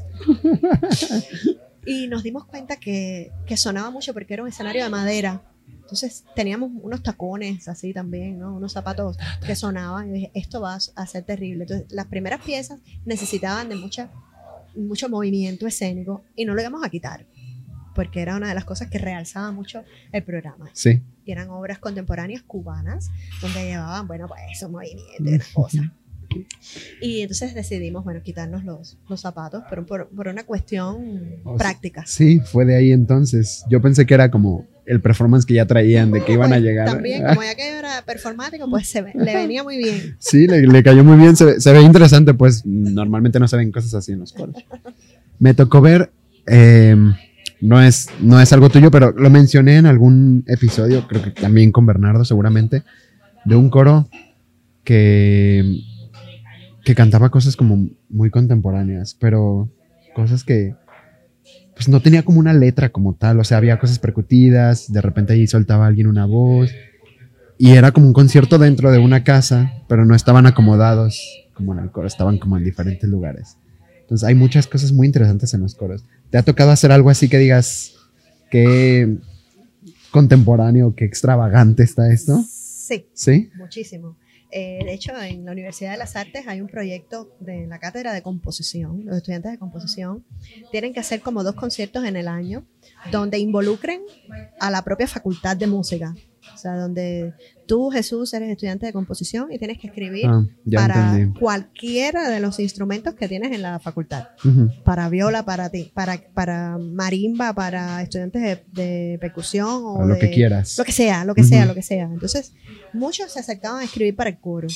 Y nos dimos cuenta que, que sonaba mucho porque era un escenario de madera. Entonces teníamos unos tacones así también, ¿no? Unos zapatos que sonaban. Y dije, esto va a ser terrible. Entonces las primeras piezas necesitaban de mucha, mucho movimiento escénico, y no lo íbamos a quitar, porque era una de las cosas que realzaba mucho el programa. Sí. Y eran obras contemporáneas cubanas donde llevaban, bueno, pues esos movimientos y unas cosas. Y entonces decidimos, bueno, quitarnos los, los zapatos, pero por, por una cuestión O sea, práctica. Sí, fue de ahí entonces. Yo pensé que era como el performance que ya traían, de que iban a Pues, llegar. también, como ya que era performático, pues se ve- le venía muy bien. Sí, le, le cayó muy bien, se, ve- se ve interesante, pues normalmente no se ven cosas así en los coros. Me tocó ver, eh, no, es, no es algo tuyo, pero lo mencioné en algún episodio, creo que también con Bernardo seguramente, de un coro que, que cantaba cosas como muy contemporáneas, pero cosas que pues no tenía como una letra como tal, o sea, había cosas percutidas, de repente ahí soltaba alguien una voz, y era como un concierto dentro de una casa, pero no estaban acomodados como en el coro, estaban como en diferentes lugares. Entonces hay muchas cosas muy interesantes en los coros. ¿Te ha tocado hacer algo así que digas qué contemporáneo, qué extravagante está esto? Sí, ¿Sí? muchísimo. Eh, de hecho, en la Universidad de las Artes hay un proyecto de la cátedra de composición. Los estudiantes de composición tienen que hacer como dos conciertos en el año donde involucren a la propia facultad de música. O sea, donde tú, Jesús, eres estudiante de composición y tienes que escribir Ah, ya para entendí. cualquiera de los instrumentos que tienes en la facultad. Ujú. Para viola, para ti, para, para marimba, para estudiantes de, de percusión o O lo de- que quieras. lo que sea, lo que sea, Ujú. lo que sea. Entonces, muchos se acercaban a escribir para el coro.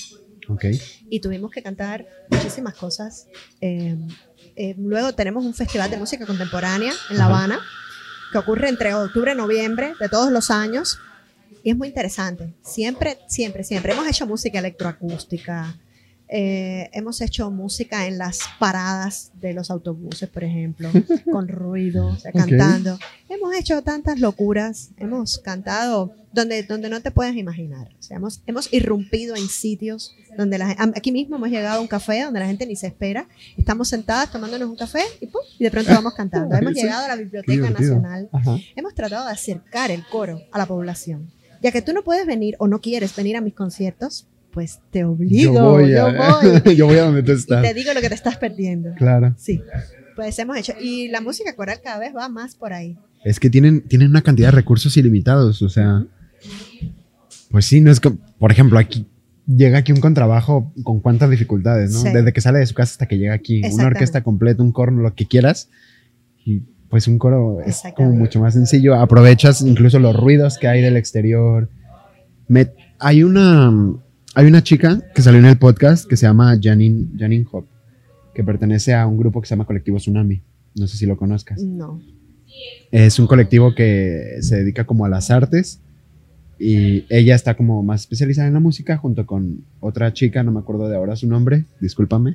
Ok. Y tuvimos que cantar muchísimas cosas. Eh, eh, luego tenemos un festival de música contemporánea en La Ajá. Habana, que ocurre entre octubre y noviembre de todos los años. Y es muy interesante. Siempre, siempre, siempre. Hemos hecho música electroacústica. Eh, hemos hecho música en las paradas de los autobuses, por ejemplo, con ruido, o sea, Ok. cantando. Hemos hecho tantas locuras. Hemos cantado donde, donde no te puedes imaginar. O sea, hemos, hemos irrumpido en sitios donde la gente... Aquí mismo hemos llegado a un café donde la gente ni se espera. Estamos sentadas tomándonos un café y, ¡pum!, y de pronto vamos cantando. Hemos Sí, llegado a la qué Biblioteca divertido. Nacional. Ajá. Hemos tratado de acercar el coro a la población. Ya que tú no puedes venir o no quieres venir a mis conciertos, pues te obligo, Yo voy yo a, voy. yo voy a donde tú Y estás. te digo lo que te estás perdiendo. Claro. Sí, pues hemos hecho. Y la música coral cada vez va más por ahí. Es que tienen, tienen una cantidad de recursos ilimitados, o sea, pues sí, no es como, por ejemplo, aquí llega aquí un contrabajo con cuántas dificultades, ¿no? Sí. Desde que sale de su casa hasta que llega aquí, una Exactamente. orquesta completa, un coro, lo que quieras, y pues un coro es como Exactamente. mucho más sencillo, aprovechas incluso los ruidos que hay del exterior. Me, hay una, hay una chica que salió en el podcast que se llama Janine, Janine Hop, que pertenece a un grupo que se llama Colectivo Tsunami, no sé si lo conozcas. No. Es un colectivo que se dedica como a las artes y ella está como más especializada en la música junto con otra chica, no me acuerdo de ahora su nombre, discúlpame,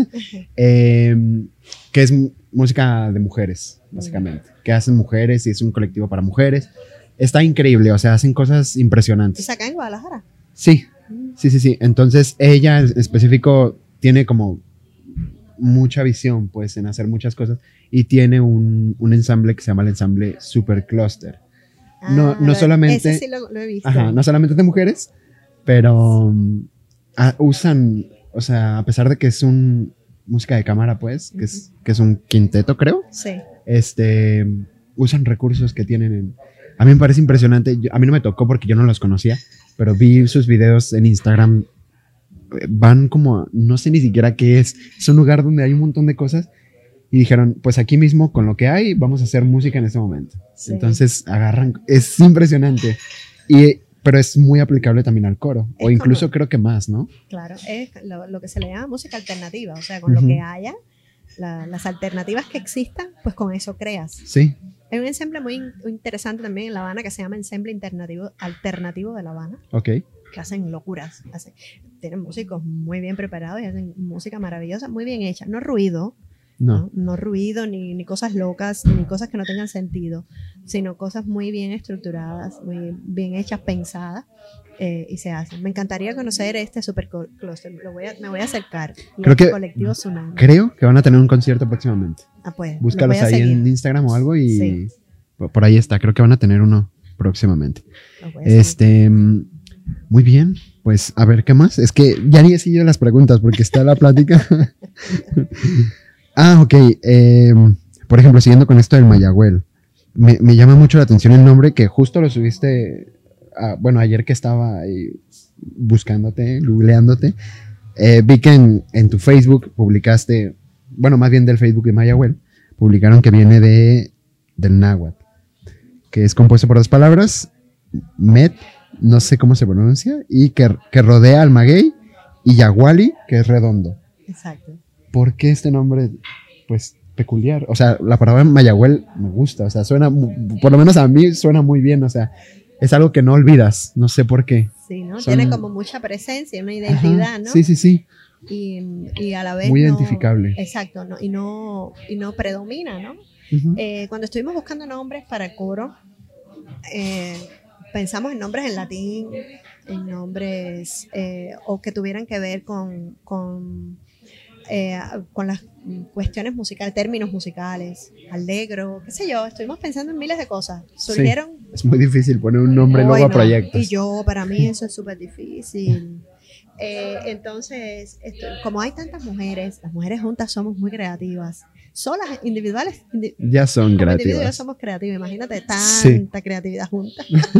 eh, que es m- música de mujeres, básicamente, que hacen mujeres y es un colectivo para mujeres. Está increíble, o sea, hacen cosas ¿Es impresionantes. acá en Guadalajara? Sí, sí, sí, sí. Entonces ella en específico tiene como mucha visión, pues, en hacer muchas cosas y tiene un, un ensamble que se llama el ensamble Super Cluster. No- Ah, no solamente- Ese sí lo, lo he visto. Ajá, no solamente de mujeres, pero um, ah, usan, o sea, a pesar de que es un música de cámara, pues, que es, que es un quinteto, creo, Sí. este, usan recursos que tienen en... A mí me parece impresionante, yo- a mí no me tocó porque yo no los conocía, pero vi sus videos en Instagram, eh, van como, a- no sé ni siquiera qué es, es un lugar donde hay un montón de cosas y dijeron, pues aquí mismo con lo que hay vamos a hacer música en este momento. Sí. Entonces agarran, es impresionante, y, pero es muy aplicable también al coro, Es o incluso como- creo que más, ¿no? Claro, es lo, lo que se le llama música alternativa, o sea, con Ujú. lo que haya, la- las alternativas que existan, pues con eso creas. Sí, Hay un ensamble muy in- interesante también en La Habana que se llama Ensemble Alternativo, Alternativo de La Habana, ok, que hacen locuras, hacen, tienen músicos muy bien preparados y hacen música maravillosa, muy bien hecha, no ruido, no, no, no ruido ni, ni cosas locas, ni cosas que no tengan sentido, sino cosas muy bien estructuradas, muy bien hechas, pensadas, eh, y se hacen. Me encantaría conocer este super co- cluster, lo voy a, me voy a acercar. Y Creo este que- colectivo Tsunami. creo que van a tener un concierto próximamente. Ah, pues, lo Búscalos voy a ahí seguir, en Instagram o algo y Sí. por por ahí está. Creo que van a tener uno próximamente. lo voy a seguir. Este, mm, muy bien. Pues a ver, ¿qué más? Es que ya ni he seguido las preguntas porque está la plática. Ah, ok. eh, por ejemplo, siguiendo con esto del Mayagüel, me, me llama mucho la atención el nombre que justo lo subiste, ah, bueno, ayer que estaba ahí buscándote, googleándote, eh, vi que en, en tu Facebook publicaste, bueno, más bien del Facebook de Mayagüel, publicaron que viene de, del náhuatl, que es compuesto por dos palabras, met, no sé cómo se pronuncia, y que, que rodea al maguey, y yaguali, que es redondo. Exacto. ¿Por qué este nombre, pues, peculiar? O sea, la palabra Mayagüel me gusta, o sea, suena, mu- por lo menos a mí suena muy bien, o sea, es algo que no olvidas, no sé por qué. Sí, ¿no? Son- Tiene como mucha presencia, una identidad, Ajá, ¿no? sí, sí, sí, Y, y a la vez muy no- identificable. Exacto, ¿no? Y no y no predomina, ¿no? Ujú. Eh, cuando estuvimos buscando nombres para el coro, eh, pensamos en nombres en latín, en nombres eh, o que tuvieran que ver con, con, eh, con las cuestiones musicales, términos musicales, alegro, qué sé yo, estuvimos pensando en miles de cosas. Surgieron Es muy difícil poner un nombre luego bueno, a proyectos. y yo, para mí eso es súper difícil. Eh, entonces, esto- como hay tantas mujeres, las mujeres juntas somos muy creativas. Solas, individuales, indi- Ya son como individuos ya creativas. somos creativos. Imagínate Sí. tanta creatividad junta.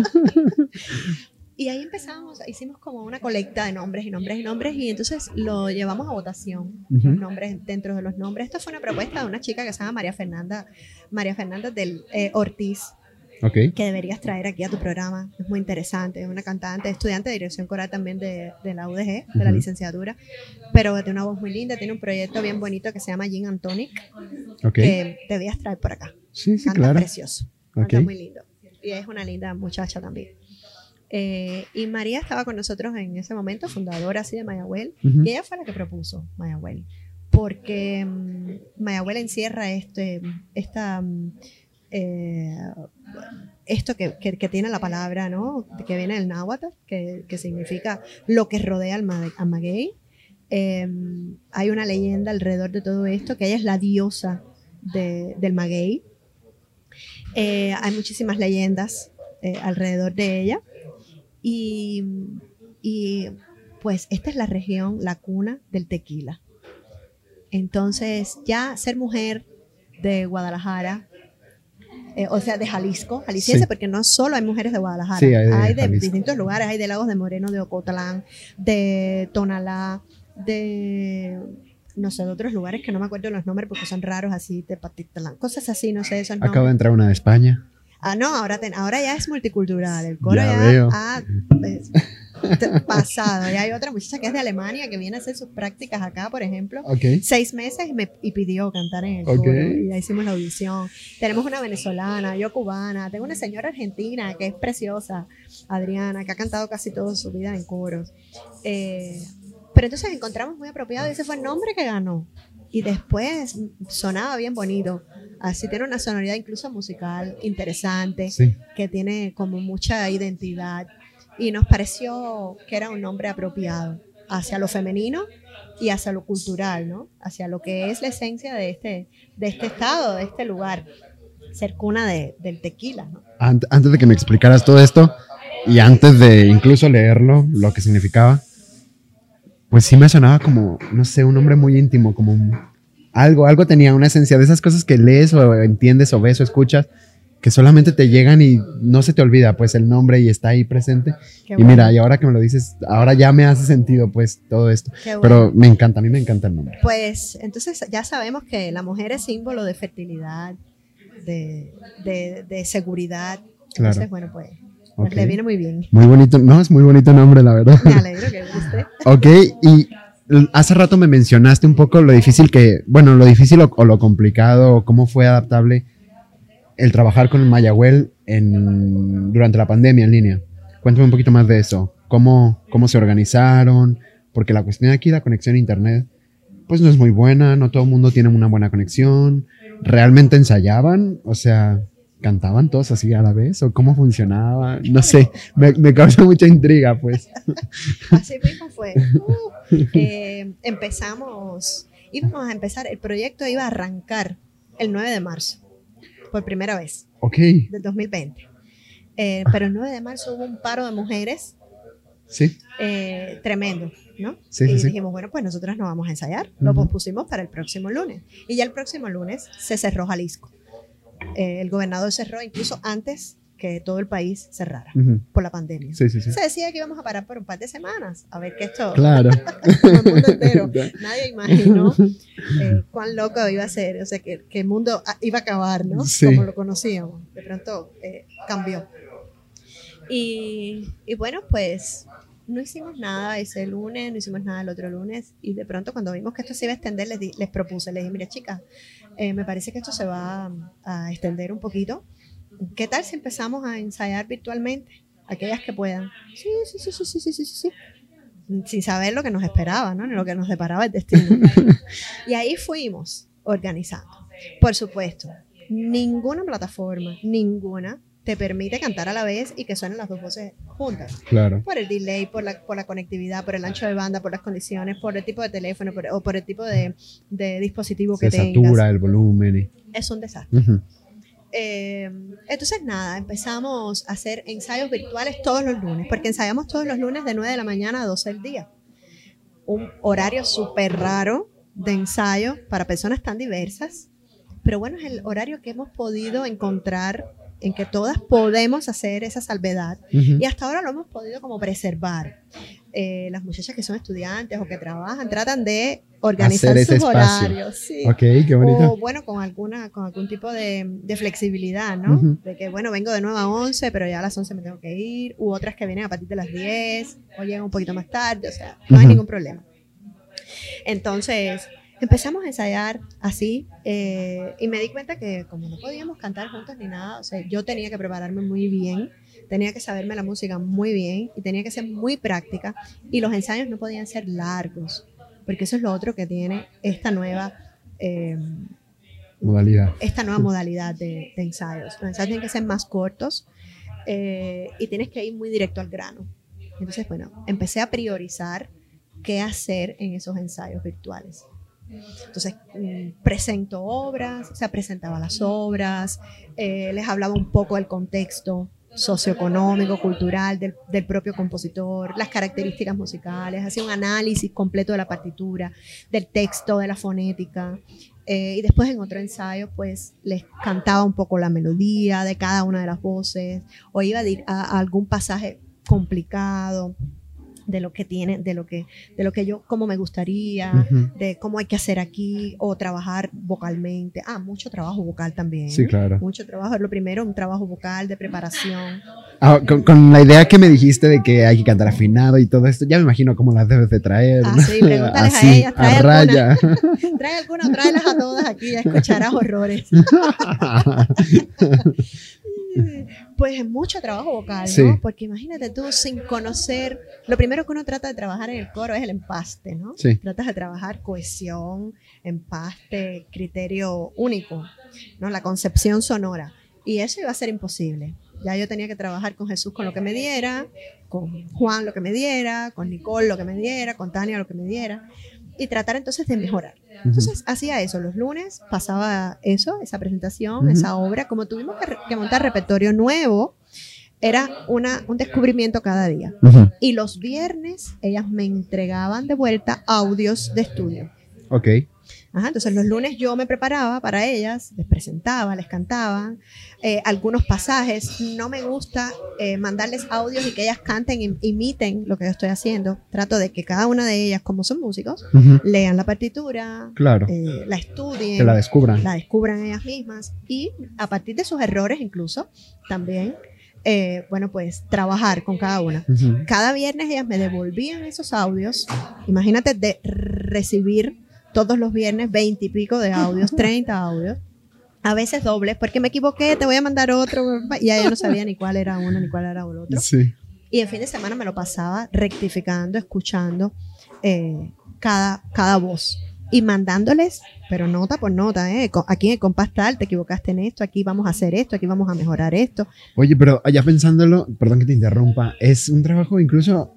Y ahí empezamos, hicimos como una colecta de nombres y nombres y nombres y entonces lo llevamos a votación, Ujú. los nombres dentro de los nombres. Esto fue una propuesta de una chica que se llama María Fernanda, María Fernanda del eh, Ortiz, Ok. que deberías traer aquí a tu programa. Es muy interesante. Es una cantante, estudiante de dirección coral también de, de la U D G, de la Ujú. licenciatura, pero tiene una voz muy linda. Tiene un proyecto bien bonito que se llama Gin and Tonic, Ok. que debías traer por acá. Sí, sí, Canta claro. precioso. Canta Ok. muy lindo. Y es una linda muchacha también. Eh, y María estaba con nosotros en ese momento, fundadora así de Mayagüel, Ujú. y ella fue la que propuso Mayagüel, porque um, Mayagüel encierra este, esta, um, eh, esto que, que, que tiene la palabra, ¿no? Que viene del náhuatl, que, que significa lo que rodea al, ma al maguey. Eh, hay una leyenda alrededor de todo esto, que ella es la diosa de, del maguey. Eh, hay muchísimas leyendas eh, alrededor de ella. Y, y pues esta es la región, la cuna del tequila. Entonces ya ser mujer de Guadalajara, eh, o sea de Jalisco, jalisciense, Sí. porque no solo hay mujeres de Guadalajara, Sí, hay de hay de Jalisco. distintos lugares, hay de Lagos de Moreno, de Ocotlán, de Tonalá, de no sé, de otros lugares que no me acuerdo los nombres porque son raros, así de Patitlán, cosas así, no sé esos nombres. Acaba de entrar una de España. Ah, no, ahora, ten, ahora ya es multicultural. El coro Ya ya, veo. ha es, t- pasado. Y hay otra muchacha que es de Alemania que viene a hacer sus prácticas acá, por ejemplo. Ok. Seis meses y, me, y pidió cantar en el Ok. coro. Y ya hicimos la audición. Tenemos una venezolana, yo cubana. Tengo una señora argentina que es preciosa, Adriana, que ha cantado casi toda su vida en coros. Eh, pero entonces encontramos muy apropiado y ese fue el nombre que ganó. Y después sonaba bien bonito. Así tiene una sonoridad incluso musical interesante, Sí. que tiene como mucha identidad. Y nos pareció que era un nombre apropiado hacia lo femenino y hacia lo cultural, ¿no? Hacia lo que es la esencia de este, de este estado, de este lugar, ser cuna de, del tequila, ¿no? Ant- antes de que me explicaras todo esto y antes de incluso leerlo, lo que significaba, pues sí me sonaba como, no sé, un nombre muy íntimo, como un- algo, algo tenía una esencia de esas cosas que lees o entiendes o ves o escuchas, que solamente te llegan y no se te olvida, pues el nombre y está ahí presente. Qué Y bueno, mira, y ahora que me lo dices, ahora ya me hace sentido pues todo esto. qué bueno. Pero me encanta, a mí me encanta el nombre. Pues entonces ya sabemos que la mujer es símbolo de fertilidad, de, de, de seguridad. Claro. Entonces, bueno, pues, pues Ok. le viene muy bien. Muy bonito, no, es muy bonito nombre, la verdad. Me alegro que le guste. Ok, y l- hace rato me mencionaste un poco lo difícil que, bueno, lo difícil o, o lo complicado, o cómo fue adaptable el trabajar con Mayagüel en, durante la pandemia en línea. Cuéntame un poquito más de eso. ¿Cómo, cómo se organizaron? Porque la cuestión aquí, la conexión a internet, pues no es muy buena, no todo el mundo tiene una buena conexión. ¿Realmente ensayaban? O sea, ¿cantaban todos así a la vez? ¿O cómo funcionaba? No sé, me, me causa mucha intriga, pues. Así mismo fue. Uh, eh, empezamos, íbamos a empezar, el proyecto iba a arrancar el nueve de marzo, por primera vez, Ok, del dos mil veinte. Eh, pero el nueve de marzo hubo un paro de mujeres sí, eh, tremendo, ¿no? Sí, y sí, sí. dijimos, bueno, pues nosotros no vamos a ensayar. Lo Ujú. pospusimos para el próximo lunes. Y ya el próximo lunes se cerró Jalisco. Eh, el gobernador cerró incluso antes que todo el país cerrara ujú, por la pandemia. sí, sí, sí. Se decía que íbamos a parar por un par de semanas a ver que esto, Claro. como el mundo entero, nadie imaginó eh, cuán loco iba a ser, o sea, que, que el mundo ah, iba a acabar, ¿no? Sí. Como lo conocíamos. De pronto eh, cambió. Y, y bueno, pues no hicimos nada ese lunes, no hicimos nada el otro lunes, y de pronto cuando vimos que esto se iba a extender, les, di- les propuse, les dije, mira chicas, eh, me parece que esto se va a, a extender un poquito. ¿Qué tal si empezamos a ensayar virtualmente? Aquellas que puedan. Sí, sí, sí, sí, sí, sí, sí, sí. Sin saber lo que nos esperaba, ¿no? Ni lo que nos deparaba el destino. Y ahí fuimos organizando. Por supuesto, ninguna plataforma, ninguna, te permite cantar a la vez y que suenen las dos voces juntas. Claro. Por el delay, por la, por la conectividad, por el ancho de banda, por las condiciones, por el tipo de teléfono por, o por el tipo de, de dispositivo Se que tengas. satura el volumen. Y... Es un desastre. Ujú. Eh, entonces nada, empezamos a hacer ensayos virtuales todos los lunes, porque ensayamos todos los lunes de nueve de la mañana a doce del día. Un horario súper raro de ensayo para personas tan diversas, pero bueno, es el horario que hemos podido encontrar en que todas podemos hacer esa salvedad Ujú. y hasta ahora lo hemos podido como preservar. eh, las muchachas que son estudiantes o que trabajan tratan de organizar Hacer sus ese espacio. horarios. Sí. Ok, qué bonito. O bueno, con alguna, con algún tipo de, de flexibilidad, ¿no? Ujú. De que, bueno, vengo de nueve a once, pero ya a las once me tengo que ir. U otras que vienen a partir de las diez o llegan un poquito más tarde, o sea, no hay Ujú. ningún problema. Entonces, empezamos a ensayar así eh, y me di cuenta que como no podíamos cantar juntos ni nada, o sea, yo tenía que prepararme muy bien, tenía que saberme la música muy bien y tenía que ser muy práctica y los ensayos no podían ser largos, porque eso es lo otro que tiene esta nueva... Eh, Modalidad. esta nueva modalidad de, de ensayos. Los ensayos tienen que ser más cortos eh, y tienes que ir muy directo al grano. Entonces, bueno, empecé a priorizar qué hacer en esos ensayos virtuales. Entonces, mm, presento obras, o sea, presentaba las obras, eh, les hablaba un poco del contexto socioeconómico, cultural del, del propio compositor, las características musicales, hacía un análisis completo de la partitura, del texto, de la fonética, eh, y después en otro ensayo pues les cantaba un poco la melodía de cada una de las voces, o iba a, dir- a, a algún pasaje complicado de lo que tiene, de lo que, de lo que yo, como me gustaría, Ujú. de cómo hay que hacer aquí, o trabajar vocalmente. Ah, mucho trabajo vocal también. Sí, claro. Mucho trabajo. Es lo primero, un trabajo vocal de preparación. Ah, con, con la idea que me dijiste de que hay que cantar afinado y todo esto, ya me imagino cómo las debes de traer. Ah, ¿no? sí, pregúntales a Así, ellas, trae a alguna. raya. Trae alguna, tráelas a todas aquí, ya escucharás horrores. Pues es mucho trabajo vocal, ¿no? Sí. Porque imagínate tú sin conocer, lo primero que uno trata de trabajar en el coro es el empaste, ¿no? Sí. Tratas de trabajar cohesión, empaste, criterio único, ¿no? La concepción sonora. Y eso iba a ser imposible. Ya yo tenía que trabajar con Jesús con lo que me diera, con Juan lo que me diera, con Nicole lo que me diera, con Tania lo que me diera, y tratar entonces de mejorar. Entonces hacía eso, los lunes pasaba eso, esa presentación, Ujú. esa obra, como tuvimos que, re- que montar repertorio nuevo, era una, un descubrimiento cada día. Ujú. Y los viernes ellas me entregaban de vuelta audios de estudio. Ok. Ajá, entonces los lunes yo me preparaba para ellas, les presentaba, les cantaba eh, algunos pasajes. No me gusta eh, mandarles audios y que ellas canten, im- imiten lo que yo estoy haciendo. Trato de que cada una de ellas, como son músicos, Ujú. lean la partitura, Claro. eh, la estudien, Que la descubran. la descubran ellas mismas y a partir de sus errores incluso también, eh, bueno, pues trabajar con cada una. Ujú. Cada viernes ellas me devolvían esos audios. Imagínate de recibir todos los viernes veinte y pico de audios, treinta audios, a veces dobles, porque me equivoqué, te voy a mandar otro, y ya yo no sabía ni cuál era uno ni cuál era el otro. Sí. Y en fin de semana me lo pasaba rectificando, escuchando eh, cada, cada voz y mandándoles, pero nota por nota, ¿eh? Co- aquí en el compás tal, te equivocaste en esto, aquí vamos a hacer esto, aquí vamos a mejorar esto. Oye, pero ya pensándolo, perdón que te interrumpa, es un trabajo incluso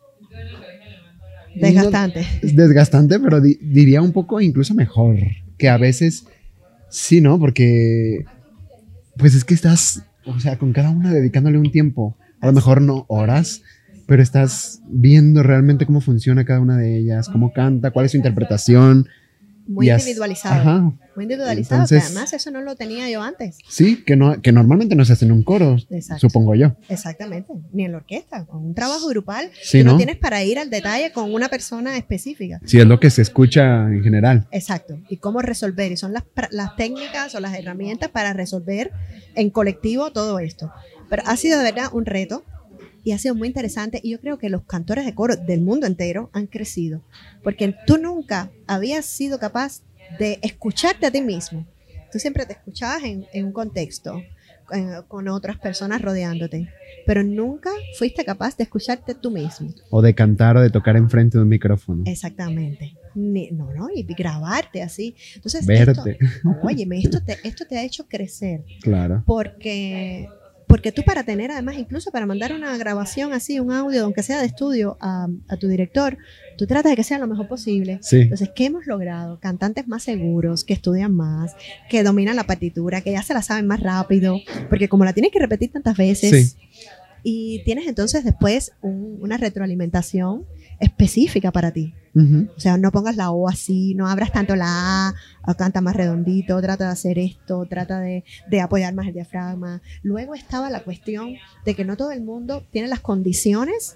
Desgastante. no- desgastante, pero di- diría un poco incluso mejor. Que a veces sí, ¿no? Porque pues es que estás, o sea, con cada una dedicándole un tiempo. A lo mejor no horas, pero estás viendo realmente cómo funciona cada una de ellas, cómo canta, cuál es su interpretación. Muy y as- individualizado. Ajá. Muy individualizado, Entonces- que además eso no lo tenía yo antes. Sí, que, no, que normalmente no se hace en un coro, Exacto. supongo yo. Exactamente, ni en la orquesta, con un trabajo grupal Sí, que no ¿no? tienes para ir al detalle con una persona específica. Sí, es lo que se escucha en general. Exacto, y cómo resolver, y son las, pra- las técnicas o las herramientas para resolver en colectivo todo esto. Pero ha sido de verdad un reto y ha sido muy interesante y yo creo que los cantores de coro del mundo entero han crecido, porque tú nunca habías sido capaz de escucharte a ti mismo. Tú siempre te escuchabas en, en un contexto, eh, con otras personas rodeándote, pero nunca fuiste capaz de escucharte tú mismo. O de cantar o de tocar enfrente de un micrófono. Exactamente. Ni- no, no, y grabarte así. Entonces, Verte. esto, óyeme, esto te, esto te ha hecho crecer, Claro. porque, porque tú para tener, además, incluso para mandar una grabación así, un audio, aunque sea de estudio, a, a tu director, tú tratas de que sea lo mejor posible. Sí. Entonces, ¿qué hemos logrado? Cantantes más seguros, que estudian más, que dominan la partitura, que ya se la saben más rápido, porque como la tienes que repetir tantas veces, y tienes entonces después un- una retroalimentación específica para ti. Ujú. O sea, no pongas la O así, no abras tanto la A, o canta más redondito, trata de hacer esto, trata de, de apoyar más el diafragma. Luego estaba la cuestión de que no todo el mundo tiene las condiciones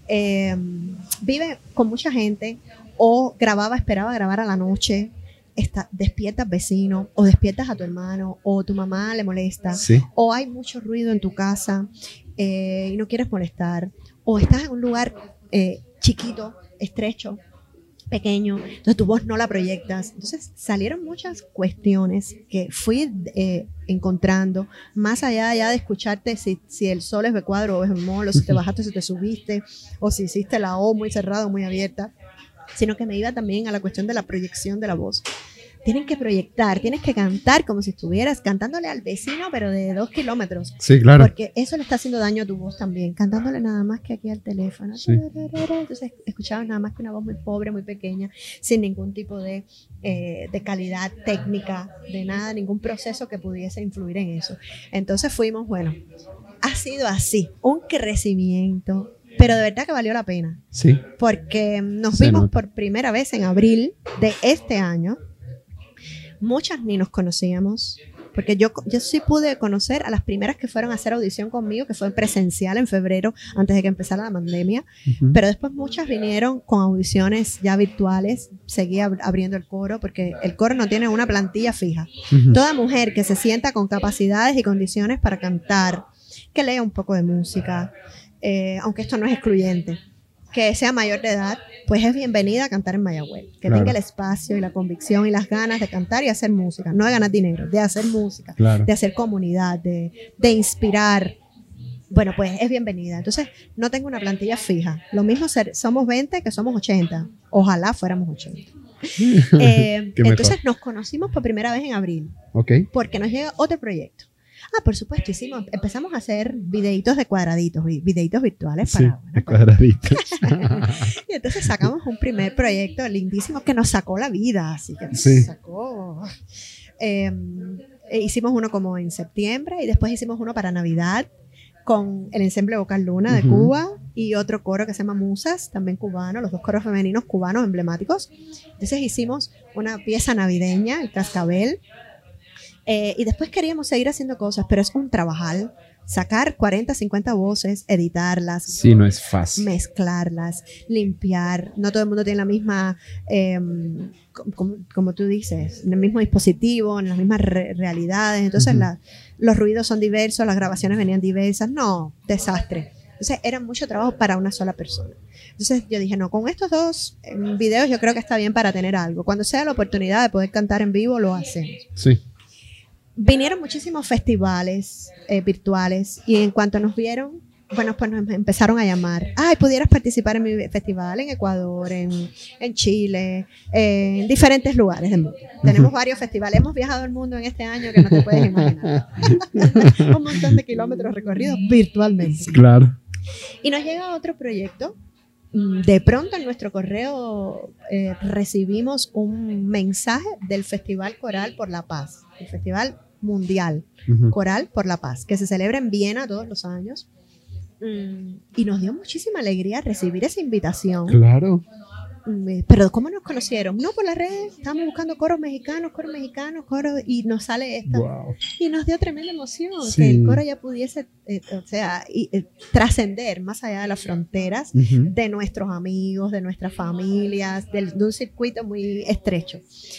eh, vive con mucha gente o grababa, esperaba grabar a la noche. Está, despiertas vecino o despiertas a tu hermano o tu mamá le molesta Sí. o hay mucho ruido en tu casa eh, y no quieres molestar o estás en un lugar eh, chiquito, estrecho, pequeño, entonces tu voz no la proyectas. Entonces salieron muchas cuestiones que fui eh, encontrando, más allá ya de escucharte si, si el sol es B cuadro o es bemol, o si te bajaste, si te subiste, o si hiciste la O muy cerrada o muy abierta, sino que me iba también a la cuestión de la proyección de la voz. Tienen que proyectar, tienes que cantar como si estuvieras cantándole al vecino, pero de dos kilómetros. Sí, claro. Porque eso le está haciendo daño a tu voz también, cantándole nada más que aquí al teléfono. Sí. Entonces escuchabas nada más que una voz muy pobre, muy pequeña, sin ningún tipo de, eh, de calidad técnica, de nada, ningún proceso que pudiese influir en eso. Entonces fuimos, bueno, ha sido así, un crecimiento, pero de verdad que valió la pena. Sí. Porque nos Se vimos nota. por primera vez en abril de este año. Muchas ni nos conocíamos, porque yo, yo sí pude conocer a las primeras que fueron a hacer audición conmigo, que fue presencial en febrero, antes de que empezara la pandemia, Uh-huh. pero después muchas vinieron con audiciones ya virtuales, seguía ab- abriendo el coro, porque el coro no tiene una plantilla fija. Uh-huh. Toda mujer que se sienta con capacidades y condiciones para cantar, que lea un poco de música, eh, aunque esto no es excluyente, que sea mayor de edad, pues es bienvenida a cantar en Mayagüez, que Claro. tenga el espacio y la convicción y las ganas de cantar y hacer música, no de ganar dinero, de hacer música, Claro. de hacer comunidad, de, de inspirar. Bueno, pues es bienvenida. Entonces, no tengo una plantilla fija. Lo mismo ser, somos veinte que somos ochenta. Ojalá fuéramos ochenta. Eh, Qué mejor. entonces, nos conocimos por primera vez en abril, Ok. porque nos llega otro proyecto. Ah, por supuesto, hicimos, empezamos a hacer videitos de cuadraditos, vi- videitos virtuales Sí, para, bueno, de pues, cuadraditos. y entonces sacamos un primer proyecto lindísimo que nos sacó la vida, así que nos Sí. sacó. Eh, eh, hicimos uno como en septiembre y después hicimos uno para Navidad con el ensemble vocal Luna de Ujú. Cuba y otro coro que se llama Musas, también cubano, los dos coros femeninos cubanos emblemáticos. Entonces hicimos una pieza navideña, el Cascabel, eh, y después queríamos seguir haciendo cosas, pero es un trabajal. Sacar cuarenta, cincuenta voces, editarlas, Sí, no es fácil. mezclarlas, limpiar. No todo el mundo tiene la misma, eh, como, como tú dices, en el mismo dispositivo, en las mismas re realidades. Entonces, Ujú. la, los ruidos son diversos, las grabaciones venían diversas. No, desastre. Entonces, era mucho trabajo para una sola persona. Entonces, yo dije, no, con estos dos eh, videos yo creo que está bien para tener algo. Cuando sea la oportunidad de poder cantar en vivo, lo hacemos. Sí. Vinieron muchísimos festivales eh, virtuales y en cuanto nos vieron, bueno, pues nos empezaron a llamar. Ay, pudieras participar en mi festival en Ecuador, en, en Chile, eh, en diferentes lugares del mundo. Tenemos varios festivales. Hemos viajado el mundo en este año que no te puedes imaginar. Un montón de kilómetros recorridos virtualmente. Claro. Y nos llega otro proyecto. De pronto en nuestro correo eh, recibimos un mensaje del Festival Coral por la Paz, el Festival Mundial Ujú. Coral por la Paz, que se celebra en Viena todos los años. Mm, y nos dio muchísima alegría recibir esa invitación. Claro. Mm, Pero ¿cómo nos conocieron? No, por las redes, estábamos buscando coros mexicanos, coros mexicanos, coros, y nos sale esta. Wow. Y nos dio tremenda emoción Sí. que el coro ya pudiese, eh, o sea, y, eh, trascender más allá de las fronteras Ujú. de nuestros amigos, de nuestras familias, del- de un circuito muy estrecho.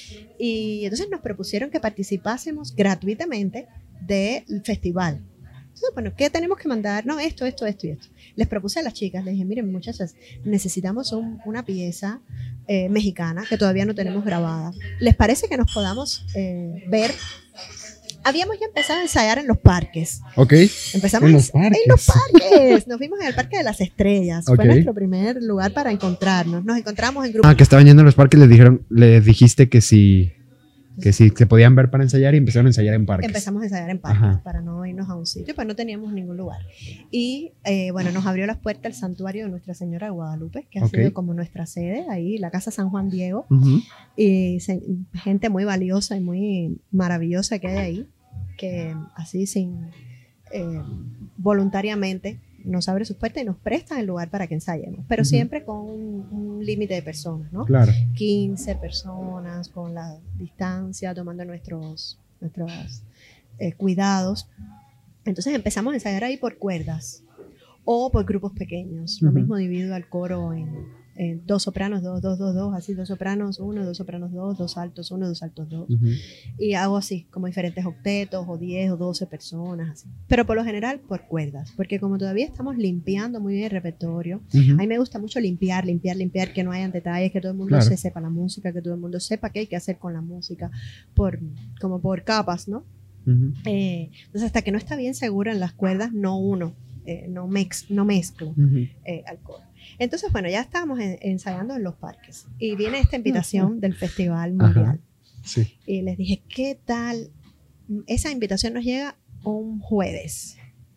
Y entonces nos propusieron que participásemos gratuitamente del festival. Entonces, bueno, ¿qué tenemos que mandar? No, esto, esto, esto y esto. Les propuse a las chicas, les dije, miren muchachas, necesitamos un- una pieza eh, mexicana que todavía no tenemos grabada. ¿Les parece que nos podamos eh, ver? Habíamos ya empezado a ensayar en los parques. Ok. Empezamos En a los parques. en los parques. Nos vimos en el Parque de las Estrellas. Ok. Fue nuestro primer lugar para encontrarnos. Nos encontramos en grupos. Ah, que estaban yendo a los parques, les dijeron, les dijiste que si, que si se podían ver para ensayar y empezaron a ensayar en parques. Empezamos a ensayar en parques Ajá. para no irnos a un sitio, pues no teníamos ningún lugar. Y eh, bueno, nos abrió las puertas el santuario de Nuestra Señora de Guadalupe, que ha Ok. sido como nuestra sede, ahí, la Casa San Juan Diego. Ujú. Y se- gente muy valiosa y muy maravillosa que hay ahí, que así sin eh, voluntariamente nos abre sus puertas y nos prestan el lugar para que ensayemos, pero Ujú. siempre con un, un límite de personas, ¿no? Claro. quince personas, con la distancia, tomando nuestros, nuestros eh, cuidados. Entonces empezamos a ensayar ahí por cuerdas. o por grupos pequeños. Lo Ujú. mismo divido al coro en, en dos sopranos, dos, dos, dos, dos, así dos sopranos, uno, dos sopranos, dos, dos altos, uno, dos altos, dos. Ujú. Y hago así, como diferentes octetos, o diez o doce personas, así. Pero por lo general por cuerdas, porque como todavía estamos limpiando muy bien el repertorio, Ujú. a mí me gusta mucho limpiar, limpiar, limpiar, que no hayan detalles, que todo el mundo Claro. se sepa la música, que todo el mundo sepa qué hay que hacer con la música, por, como por capas, ¿no? Ujú. Eh, entonces, hasta que no está bien segura en las cuerdas, no uno, eh, no, mex, no mezclo Ujú. eh, al coro. Entonces, bueno, ya estábamos en- ensayando en los parques y viene esta invitación del Festival Mundial. Sí. Y les dije, ¿qué tal? Esa invitación nos llega un jueves.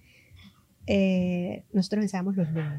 Eh, nosotros ensayamos los lunes.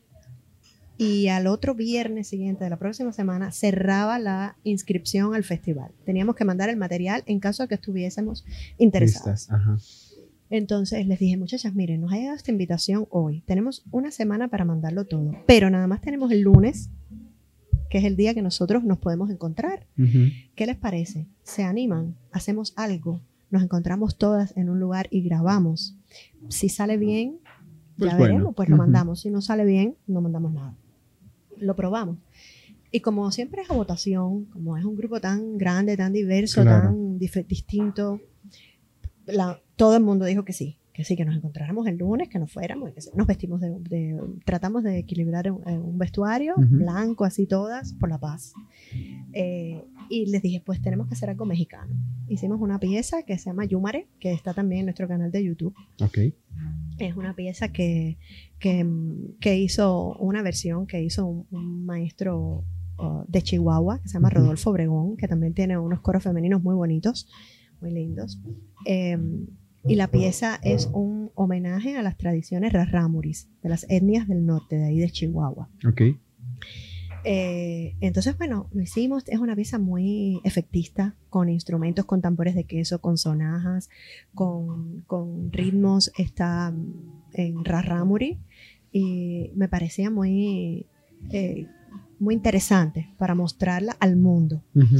Y al otro viernes siguiente de la próxima semana cerraba la inscripción al festival. Teníamos que mandar el material en caso de que estuviésemos interesados. Listas. Ajá. Entonces les dije, muchachas, miren, nos ha llegado esta invitación hoy. Tenemos una semana para mandarlo todo, pero nada más tenemos el lunes, que es el día que nosotros nos podemos encontrar. Ujú. ¿Qué les parece? ¿Se animan? ¿Hacemos algo? Nos encontramos todas en un lugar y grabamos. Si sale bien, Pues ya bueno. veremos, pues lo Ujú. mandamos. Si no sale bien, no mandamos nada. Lo probamos. Y como siempre es a votación, como es un grupo tan grande, tan diverso, Claro. tan dif- distinto, la- todo el mundo dijo que sí, que sí, que nos encontráramos el lunes, que nos fuéramos, y que sí. Nos vestimos de, de- tratamos de equilibrar un, eh, un vestuario Ujú. blanco, así todas, por la paz. Eh, y les dije, pues tenemos que hacer algo mexicano. Hicimos una pieza que se llama Yumare, que está también en nuestro canal de YouTube. Ok. Es una pieza que, que, mm, que hizo, una versión que hizo un, un maestro uh, de Chihuahua, que se llama Ujú. Rodolfo Obregón, que también tiene unos coros femeninos muy bonitos, muy lindos. Eh, y la pieza es un homenaje a las tradiciones rarámuris, de las etnias del norte, de ahí de Chihuahua. Ok. Eh, entonces, bueno, lo hicimos. Es una pieza muy efectista, con instrumentos, con tambores de queso, con sonajas, con, con ritmos. Está mm, en rarámuri y me parecía muy, eh, muy interesante para mostrarla al mundo. Ujú.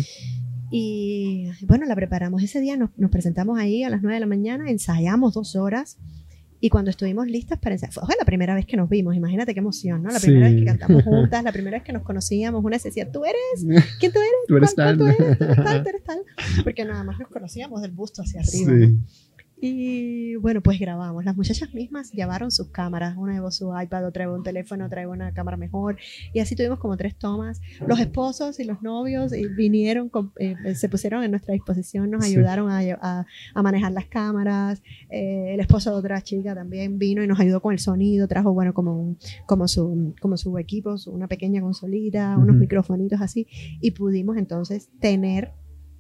Y bueno, la preparamos ese día, nos, nos presentamos ahí a las nueve de la mañana, ensayamos dos horas. Y cuando estuvimos listas para ensayar, fue fue la primera vez que nos vimos, imagínate qué emoción, ¿no? La primera Sí. vez que cantamos juntas, la primera vez que nos conocíamos, una se decía, ¿tú eres? ¿Quién tú eres? Tú eres ¿Cuál- cuál tal. tú eres? ¿Tú eres tal? ¿Tú eres tal? Porque nada más nos conocíamos del busto hacia arriba, ¿no? Sí. Y bueno, pues grabamos. Las muchachas mismas llevaron sus cámaras. Una llevó su iPad, otra llevó un teléfono, otra llevó una cámara mejor. Y así tuvimos como tres tomas. Los esposos y los novios y vinieron, con- eh, se pusieron en nuestra disposición, nos Sí. ayudaron a, lle- a- a manejar las cámaras. Eh, el esposo de otra chica también vino y nos ayudó con el sonido. Trajo, bueno, como, un- como, su, como su equipo, su- una pequeña consolita, unos Ujú. microfonitos así. Y pudimos entonces tener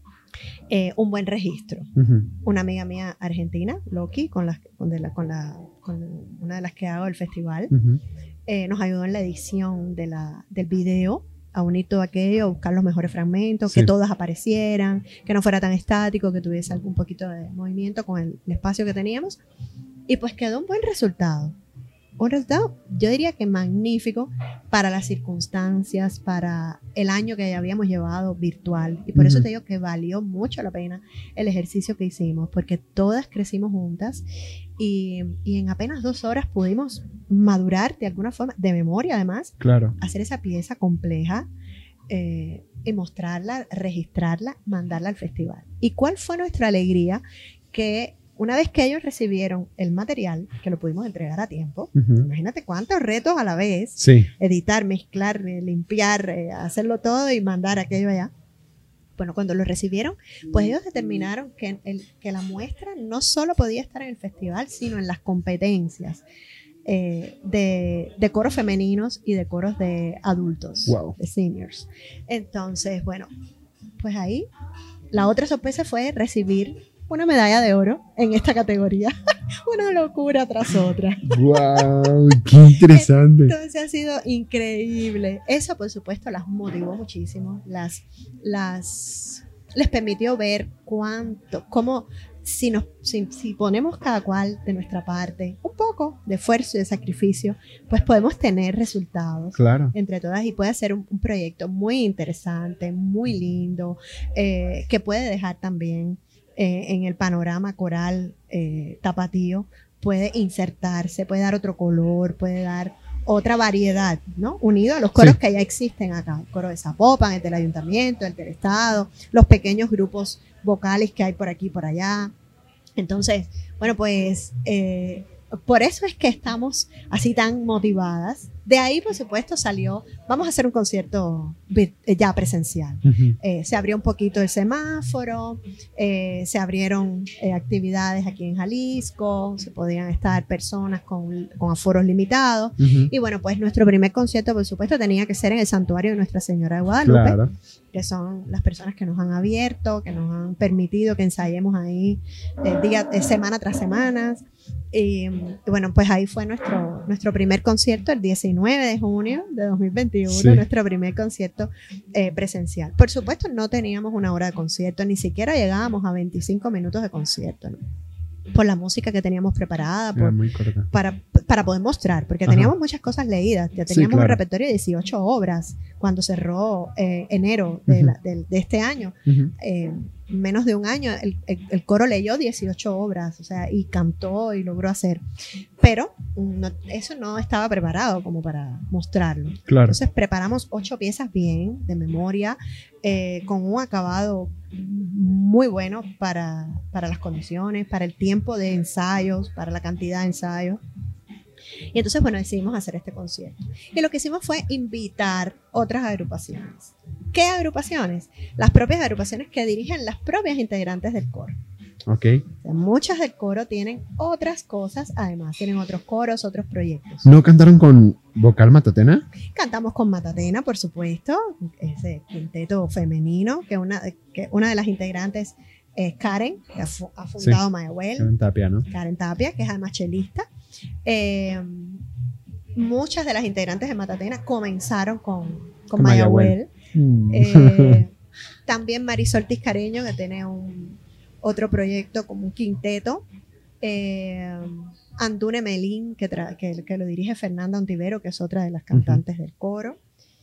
eh, un buen registro. Ujú. Una amiga mía argentina, Loki, con, las, con, de la, con, la, con una de las que hago el festival, Ujú. eh, nos ayudó en la edición de la, del video, a unir todo aquello, a buscar los mejores fragmentos, Sí. que todas aparecieran, que no fuera tan estático, que tuviese algún poquito de movimiento con el, el espacio que teníamos. Y pues quedó un buen resultado. Un resultado, yo diría que magnífico para las circunstancias, para el año que habíamos llevado virtual. Y por eso Ujú. te digo que valió mucho la pena el ejercicio que hicimos, porque todas crecimos juntas y, y en apenas dos horas pudimos madurar de alguna forma, de memoria además, Claro. hacer esa pieza compleja eh, y mostrarla, registrarla, mandarla al festival. ¿Y cuál fue nuestra alegría? Que una vez que ellos recibieron el material, que lo pudimos entregar a tiempo, Ujú. imagínate cuántos retos a la vez, Sí. editar, mezclar, eh, limpiar, eh, hacerlo todo y mandar aquello allá. Bueno, cuando lo recibieron, pues ellos determinaron que, el, que la muestra no solo podía estar en el festival, sino en las competencias eh, de, de coros femeninos y de coros de adultos, Wow. de seniors. Entonces, bueno, pues ahí la otra sorpresa fue recibir una medalla de oro en esta categoría. Una locura tras otra. Wow, qué interesante. Entonces ha sido increíble. Eso, por supuesto, las motivó muchísimo. Las, las, les permitió ver cuánto, cómo, si, nos, si, si ponemos cada cual de nuestra parte un poco de esfuerzo y de sacrificio, pues podemos tener resultados Claro. entre todas y puede ser un, un proyecto muy interesante, muy lindo, eh, que puede dejar también eh, en el panorama coral eh, tapatío puede insertarse, puede dar otro color, puede dar otra variedad, ¿no? Unido a los coros sí. que ya existen acá. El coro de Zapopan, el del ayuntamiento, el del estado, los pequeños grupos vocales que hay por aquí y por allá. Entonces, bueno, pues eh, por eso es que estamos así tan motivadas. De ahí, por supuesto, salió, vamos a hacer un concierto ya presencial. Uh-huh. Eh, se abrió un poquito el semáforo, eh, se abrieron eh, actividades aquí en Jalisco, se podían estar personas con, con aforos limitados. Uh-huh. Y bueno, pues nuestro primer concierto, por supuesto, tenía que ser en el Santuario de Nuestra Señora de Guadalupe, claro. que son las personas que nos han abierto, que nos han permitido que ensayemos ahí eh, día, eh, semana tras semana. Y, y bueno, pues ahí fue nuestro, nuestro primer concierto, el diecinueve de junio de dos mil veintiuno, sí. nuestro primer concierto eh, presencial. Por supuesto, no teníamos una hora de concierto, ni siquiera llegábamos a veinticinco minutos de concierto, ¿no? Por la música que teníamos preparada, por, muy corta. para, para poder mostrar, porque Ajá. teníamos muchas cosas leídas, ya teníamos sí, claro. un repertorio de dieciocho obras cuando cerró eh, enero de, uh-huh. la, de, de este año. Uh-huh. Eh, menos de un año, el, el, el coro leyó dieciocho obras, o sea, y cantó y logró hacer, pero no, eso no estaba preparado como para mostrarlo. Claro. Entonces preparamos ocho piezas bien, de memoria, eh, con un acabado muy bueno para, para las condiciones, para el tiempo de ensayos, para la cantidad de ensayos. Y entonces, bueno, decidimos hacer este concierto. Y lo que hicimos fue invitar otras agrupaciones. ¿Qué agrupaciones? Las propias agrupaciones que dirigen las propias integrantes del coro. Ok. O sea, muchas del coro tienen otras cosas, además, tienen otros coros, otros proyectos. ¿No cantaron con vocal Matatena? Cantamos con Matatena, por supuesto, ese quinteto femenino, que una, que una de las integrantes es Karen, que ha, fu- ha fundado sí. Mayagüel. Karen Tapia, ¿no? Karen Tapia, que es además chelista. Eh, muchas de las integrantes de Matatena comenzaron con, con, con Mayagüel. Mm. Eh, también Marisol Tiscareño, que tiene un, otro proyecto como un quinteto. Eh, Andune Melín, que, tra- que, que lo dirige Fernanda Ontivero, que es otra de las cantantes uh-huh. del coro.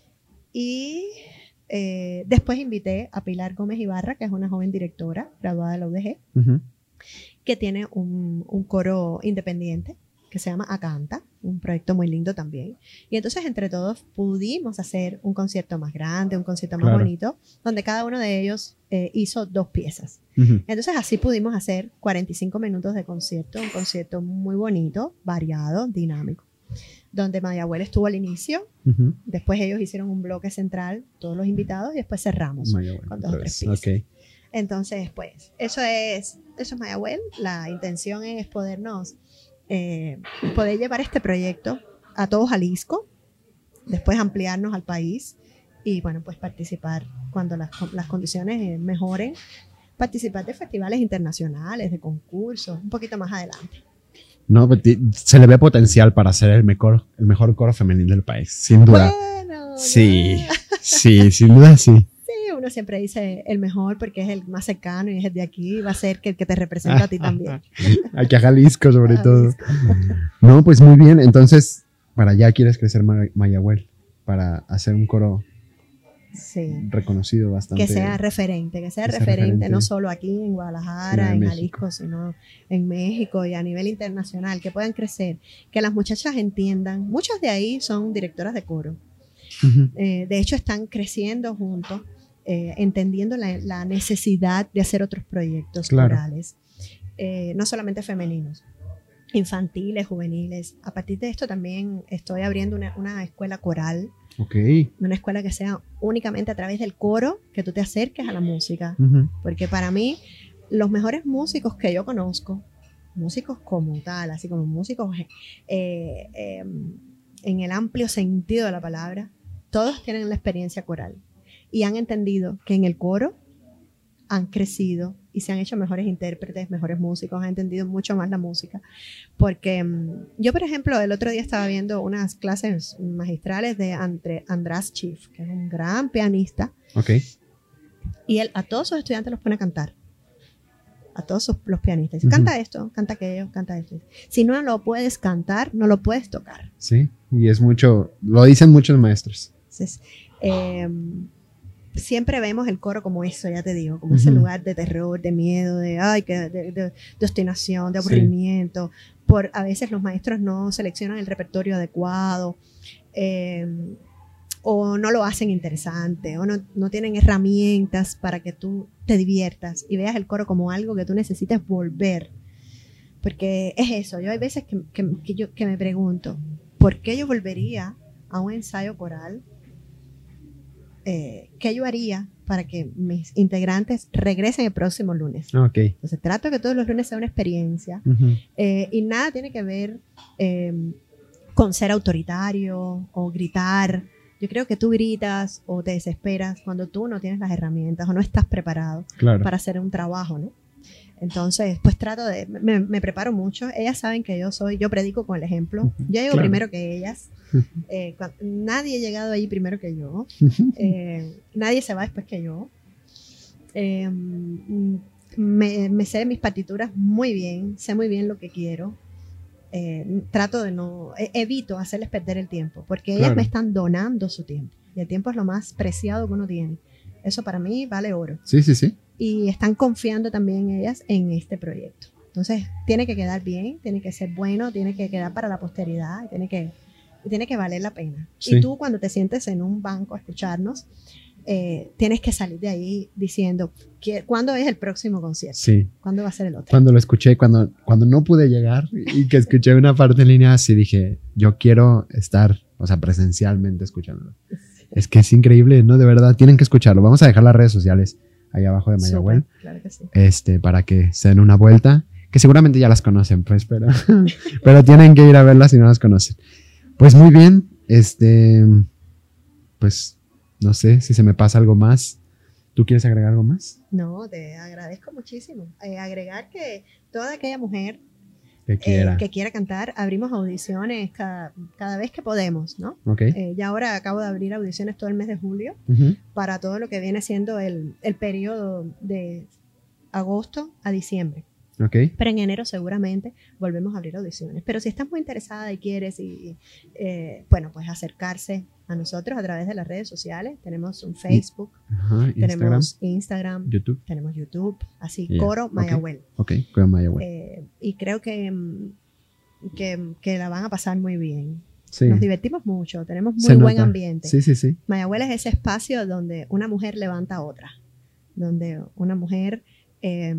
Y eh, después invité a Pilar Gómez Ibarra, que es una joven directora graduada de la U D G, uh-huh. que tiene un, un coro independiente que se llama Acanta, un proyecto muy lindo también. Y entonces entre todos pudimos hacer un concierto más grande, un concierto más claro. bonito, donde cada uno de ellos eh, hizo dos piezas. Uh-huh. Entonces así pudimos hacer cuarenta y cinco minutos de concierto, un concierto muy bonito, variado, dinámico, donde Mayagüel estuvo al inicio, uh-huh. después ellos hicieron un bloque central, todos los invitados, y después cerramos Mayagüel, con dos o tres piezas. Okay. Entonces, pues, eso es, eso es Mayagüel. La intención es podernos Eh, poder llevar este proyecto a todo Jalisco, después ampliarnos al país y bueno, pues participar cuando las, las condiciones mejoren, participar de festivales internacionales, de concursos, un poquito más adelante. No, se le ve potencial para ser el mejor, el mejor coro femenil del país, sin duda. Bueno, sí, no. sí, sin duda sí. Uno siempre dice el mejor porque es el más cercano y es el de aquí, va a ser que el que te representa a ti también. Aquí a Jalisco sobre a todo. Jalisco. No, pues muy bien, entonces para allá quieres crecer Mayagüel, para hacer un coro sí. reconocido bastante. Que sea referente, que sea, que sea referente, referente, no solo aquí en Guadalajara, en Jalisco, sino en México y a nivel internacional, que puedan crecer, que las muchachas entiendan, muchas de ahí son directoras de coro. Uh-huh. Eh, de hecho están creciendo juntos. Eh, entendiendo la, la necesidad de hacer otros proyectos claro. corales, eh, no solamente femeninos, infantiles, juveniles. A partir de esto también estoy abriendo una, una escuela coral, okay. una escuela que sea únicamente a través del coro, que tú te acerques a la música, uh-huh. porque para mí los mejores músicos que yo conozco, músicos como tal, así como músicos eh, eh, en el amplio sentido de la palabra, todos tienen la experiencia coral. Y han entendido que en el coro han crecido y se han hecho mejores intérpretes, mejores músicos, han entendido mucho más la música. Porque um, yo, por ejemplo, el otro día estaba viendo unas clases magistrales de Andre, András Schiff, que es un gran pianista. Okay. Y él a todos sus estudiantes los pone a cantar. A todos sus, los pianistas. Dice, uh-huh. Canta esto, canta aquello, canta esto. Si no lo puedes cantar, no lo puedes tocar. Sí, y es mucho, lo dicen muchos maestros. Entonces, eh, siempre vemos el coro como eso, ya te digo, como uh-huh. ese lugar de terror, de miedo, de, ay, que, de, de, de obstinación, de aburrimiento, sí. por a veces los maestros no seleccionan el repertorio adecuado, eh, o no lo hacen interesante, o no, no tienen herramientas para que tú te diviertas y veas el coro como algo que tú necesitas volver. Porque es eso, yo hay veces que, que, que, yo, que me pregunto, ¿por qué yo volvería a un ensayo coral? Eh, ¿Qué yo haría para que mis integrantes regresen el próximo lunes? Okay. Entonces trato que todos los lunes sea una experiencia, Uh-huh. eh, y nada tiene que ver eh, con ser autoritario o gritar. Yo creo que tú gritas o te desesperas cuando tú no tienes las herramientas o no estás preparado Claro. para hacer un trabajo, ¿no? Entonces, pues trato de, me, me preparo mucho. Ellas saben que yo soy, yo predico con el ejemplo. Yo llego Claro. primero que ellas. Eh, cuando, nadie ha llegado ahí primero que yo. Eh, nadie se va después que yo. Eh, me, me sé mis partituras muy bien, sé muy bien lo que quiero. Eh, trato de no, eh, evito hacerles perder el tiempo, porque ellas Claro. me están donando su tiempo. Y el tiempo es lo más preciado que uno tiene. Eso para mí vale oro. Sí, sí, sí. Y están confiando también ellas en este proyecto. Entonces, tiene que quedar bien, tiene que ser bueno, tiene que quedar para la posteridad, tiene que, tiene que valer la pena. Sí. Y tú, cuando te sientes en un banco a escucharnos, eh, tienes que salir de ahí diciendo, ¿cuándo es el próximo concierto? Sí. ¿Cuándo va a ser el otro? Cuando lo escuché, cuando, cuando no pude llegar y que escuché una parte en línea, así dije, yo quiero estar, o sea, presencialmente escuchándolo. Es que es increíble, ¿no? De verdad, tienen que escucharlo. Vamos a dejar las redes sociales ahí abajo de Mayagüel. Súper, claro que sí. Este, para que se den una vuelta, que seguramente ya las conocen, pues, pero, pero tienen que ir a verlas si no las conocen. Pues muy bien, este, pues, no sé si se me pasa algo más. ¿Tú quieres agregar algo más? No, te agradezco muchísimo. Eh, agregar que toda aquella mujer Que quiera. eh, que quiera cantar, abrimos audiciones cada, cada vez que podemos, ¿no? Ok. Eh, ya ahora acabo de abrir audiciones todo el mes de julio Uh-huh. para todo lo que viene siendo el, el periodo de agosto a diciembre. Ok. Pero en enero seguramente volvemos a abrir audiciones. Pero si estás muy interesada y quieres, y, eh, bueno, pues acercarse a nosotros a través de las redes sociales. Tenemos un Facebook, Ajá, Instagram, tenemos Instagram, YouTube. tenemos YouTube, así, Yeah. Coro Ok. Mayagüel. Ok, con Mayagüel. Eh, y creo que, mm, que, que la van a pasar muy bien. Sí. Nos divertimos mucho, tenemos muy Se buen nota. ambiente. Sí, sí, sí. Mayagüel es ese espacio donde una mujer levanta a otra, donde una mujer eh,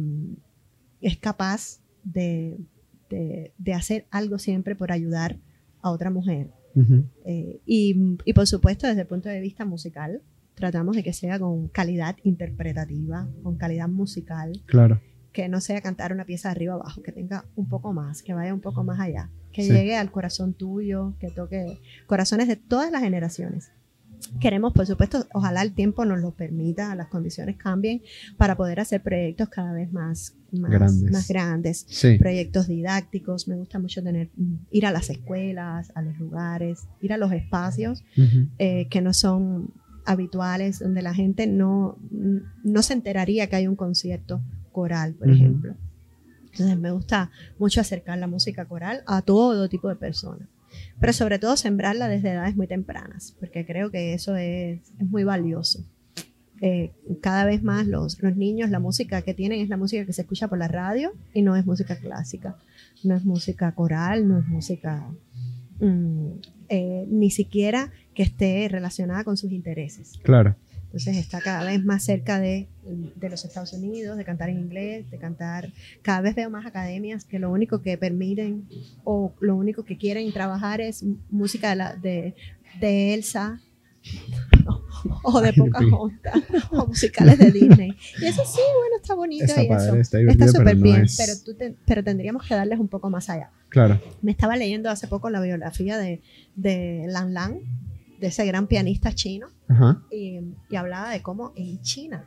es capaz de, de, de hacer algo siempre por ayudar a otra mujer. Uh-huh. Eh, y, y por supuesto, desde el punto de vista musical, tratamos de que sea con calidad interpretativa, con calidad musical, Claro. que no sea cantar una pieza de arriba abajo, que tenga un poco más, que vaya un poco más allá, que Sí. llegue al corazón tuyo, que toque corazones de todas las generaciones. Queremos, por supuesto, ojalá el tiempo nos lo permita, las condiciones cambien para poder hacer proyectos cada vez más, más Grandes. más grandes, Sí. proyectos didácticos. Me gusta mucho tener, ir a las escuelas, a los lugares, ir a los espacios Uh-huh. eh, que no son habituales, donde la gente no, no se enteraría que hay un concierto coral, por Uh-huh. ejemplo. Entonces me gusta mucho acercar la música coral a todo tipo de personas, pero sobre todo sembrarla desde edades muy tempranas, porque creo que eso es, es muy valioso. Eh, cada vez más los, los niños, la música que tienen es la música que se escucha por la radio y no es música clásica, no es música coral, no es música mm, eh, ni siquiera que esté relacionada con sus intereses. Claro. Entonces está cada vez más cerca de, de los Estados Unidos, de cantar en inglés, de cantar. Cada vez veo más academias que lo único que permiten o lo único que quieren trabajar es música de, la, de, de Elsa o de Pocahontas o musicales de Disney. Y eso sí, bueno, está bonito Está y padre, eso está divertido, está súper pero no bien, es- pero, tú te- pero tendríamos que darles un poco más allá. Claro. Me estaba leyendo hace poco la biografía de, de Lan Lan, de ese gran pianista chino, Ajá. y, y hablaba de cómo en China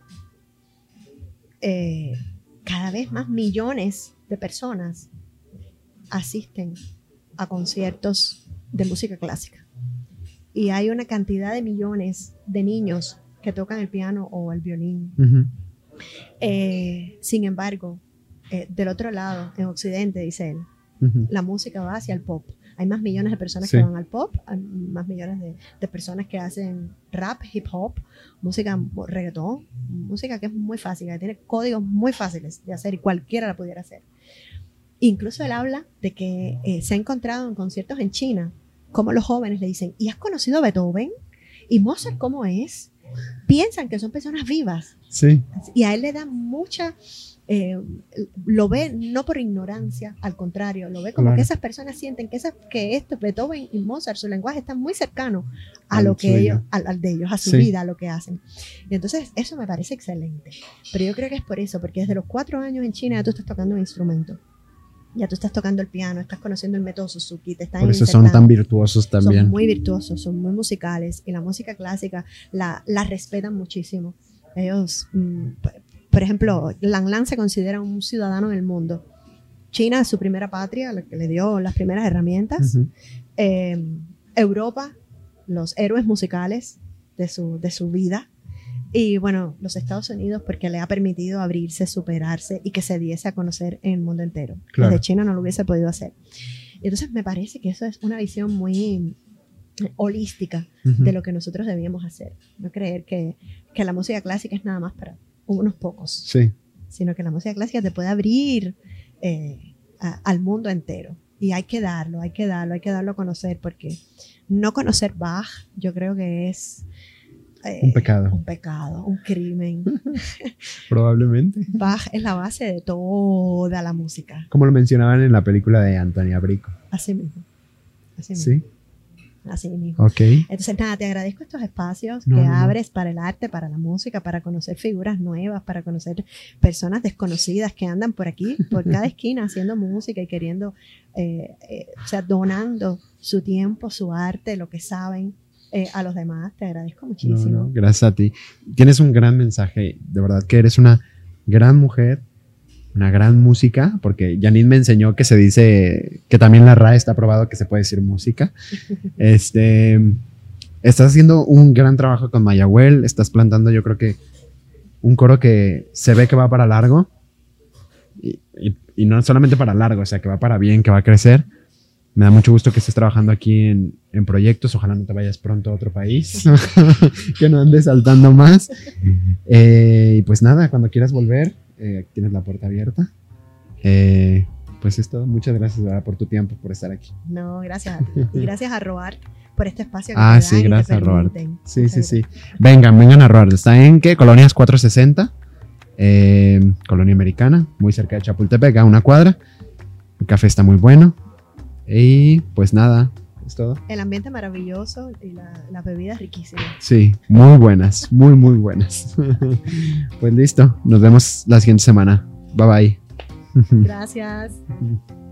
eh, cada vez más millones de personas asisten a conciertos de música clásica. Y hay una cantidad de millones de niños que tocan el piano o el violín. Uh-huh. Eh, sin embargo, eh, del otro lado, en Occidente, dice él, Uh-huh. la música va hacia el pop. Hay más millones de personas Sí. que van al pop, hay más millones de, de personas que hacen rap, hip hop, música, reggaetón, música que es muy fácil, que tiene códigos muy fáciles de hacer y cualquiera la pudiera hacer. Incluso él habla de que eh, se ha encontrado en conciertos en China, como los jóvenes le dicen, ¿y has conocido a Beethoven? ¿Y Mozart cómo es? Piensan que son personas vivas. Sí. Y a él le da mucha... Eh, lo ve no por ignorancia, al contrario, lo ve como Claro. que esas personas sienten que, esas, que esto, Beethoven y Mozart, su lenguaje está muy cercano a Al lo que suyo. ellos, al, al de ellos, a su Sí. vida, a lo que hacen. Y entonces eso me parece excelente. Pero yo creo que es por eso, porque desde los cuatro años en China ya tú estás tocando un instrumento. Ya tú estás tocando el piano, estás conociendo el método Suzuki, te están Por eso son insertando. tan virtuosos también. Son muy virtuosos, son muy musicales y la música clásica la, la respetan muchísimo. Ellos, mm, por ejemplo, Lang Lang se considera un ciudadano del mundo. China es su primera patria, la que le dio las primeras herramientas. Ujú. Eh, Europa, los héroes musicales de su, de su vida. Y bueno, los Estados Unidos porque le ha permitido abrirse, superarse y que se diese a conocer en el mundo entero. Claro. Desde China no lo hubiese podido hacer. Y entonces me parece que eso es una visión muy holística Ujú. de lo que nosotros debíamos hacer. No creer que, que la música clásica es nada más para unos pocos, Sí. sino que la música clásica te puede abrir eh, a- al mundo entero. Y hay que darlo, hay que darlo, hay que darlo a conocer, porque no conocer Bach yo creo que es eh, Un pecado. un pecado, un crimen. Probablemente. Bach es la base de toda la música, Como lo mencionaban en la película de Antonia Brico. así mismo. Así mismo. Sí. Así mismo. Ok. Entonces, nada, te agradezco estos espacios No, que no, no. abres para el arte, para la música, para conocer figuras nuevas, para conocer personas desconocidas que andan por aquí, por cada esquina, haciendo música y queriendo, eh, eh, o sea, donando su tiempo, su arte, lo que saben eh, a los demás. Te agradezco No, muchísimo. no, gracias a ti. Tienes un gran mensaje. De verdad que eres una gran mujer, una gran música, porque Janine me enseñó que se dice que también la R A E está probado que se puede decir música. Este, estás haciendo un gran trabajo con Mayahuel, estás plantando, yo creo que un coro que se ve que va para largo y, y- y no solamente para largo, o sea, que va para bien, que va a crecer. Me da mucho gusto que estés trabajando aquí en, en proyectos. Ojalá no te vayas pronto a otro país, que no andes saltando más. Eh, y pues nada, cuando quieras volver, eh, tienes la puerta abierta. Eh, pues es todo. Muchas gracias, ¿verdad? Por tu tiempo, por estar aquí. No, gracias a ti. Y gracias a Roar por este espacio que Ah, te dan sí, y te gracias a Roar. permiten. Sí, Muchas sí, sí. gracias. Vengan, vengan a robar. ¿Está en qué? Colonias cuatrocientos sesenta. Eh, Colonia Americana, muy cerca de Chapultepec, a una cuadra. El café está muy bueno. Y pues nada, es todo. El ambiente maravilloso y la, las bebidas riquísimas. Sí, muy buenas, muy, muy buenas. Pues listo, nos vemos la siguiente semana. Bye bye. Gracias.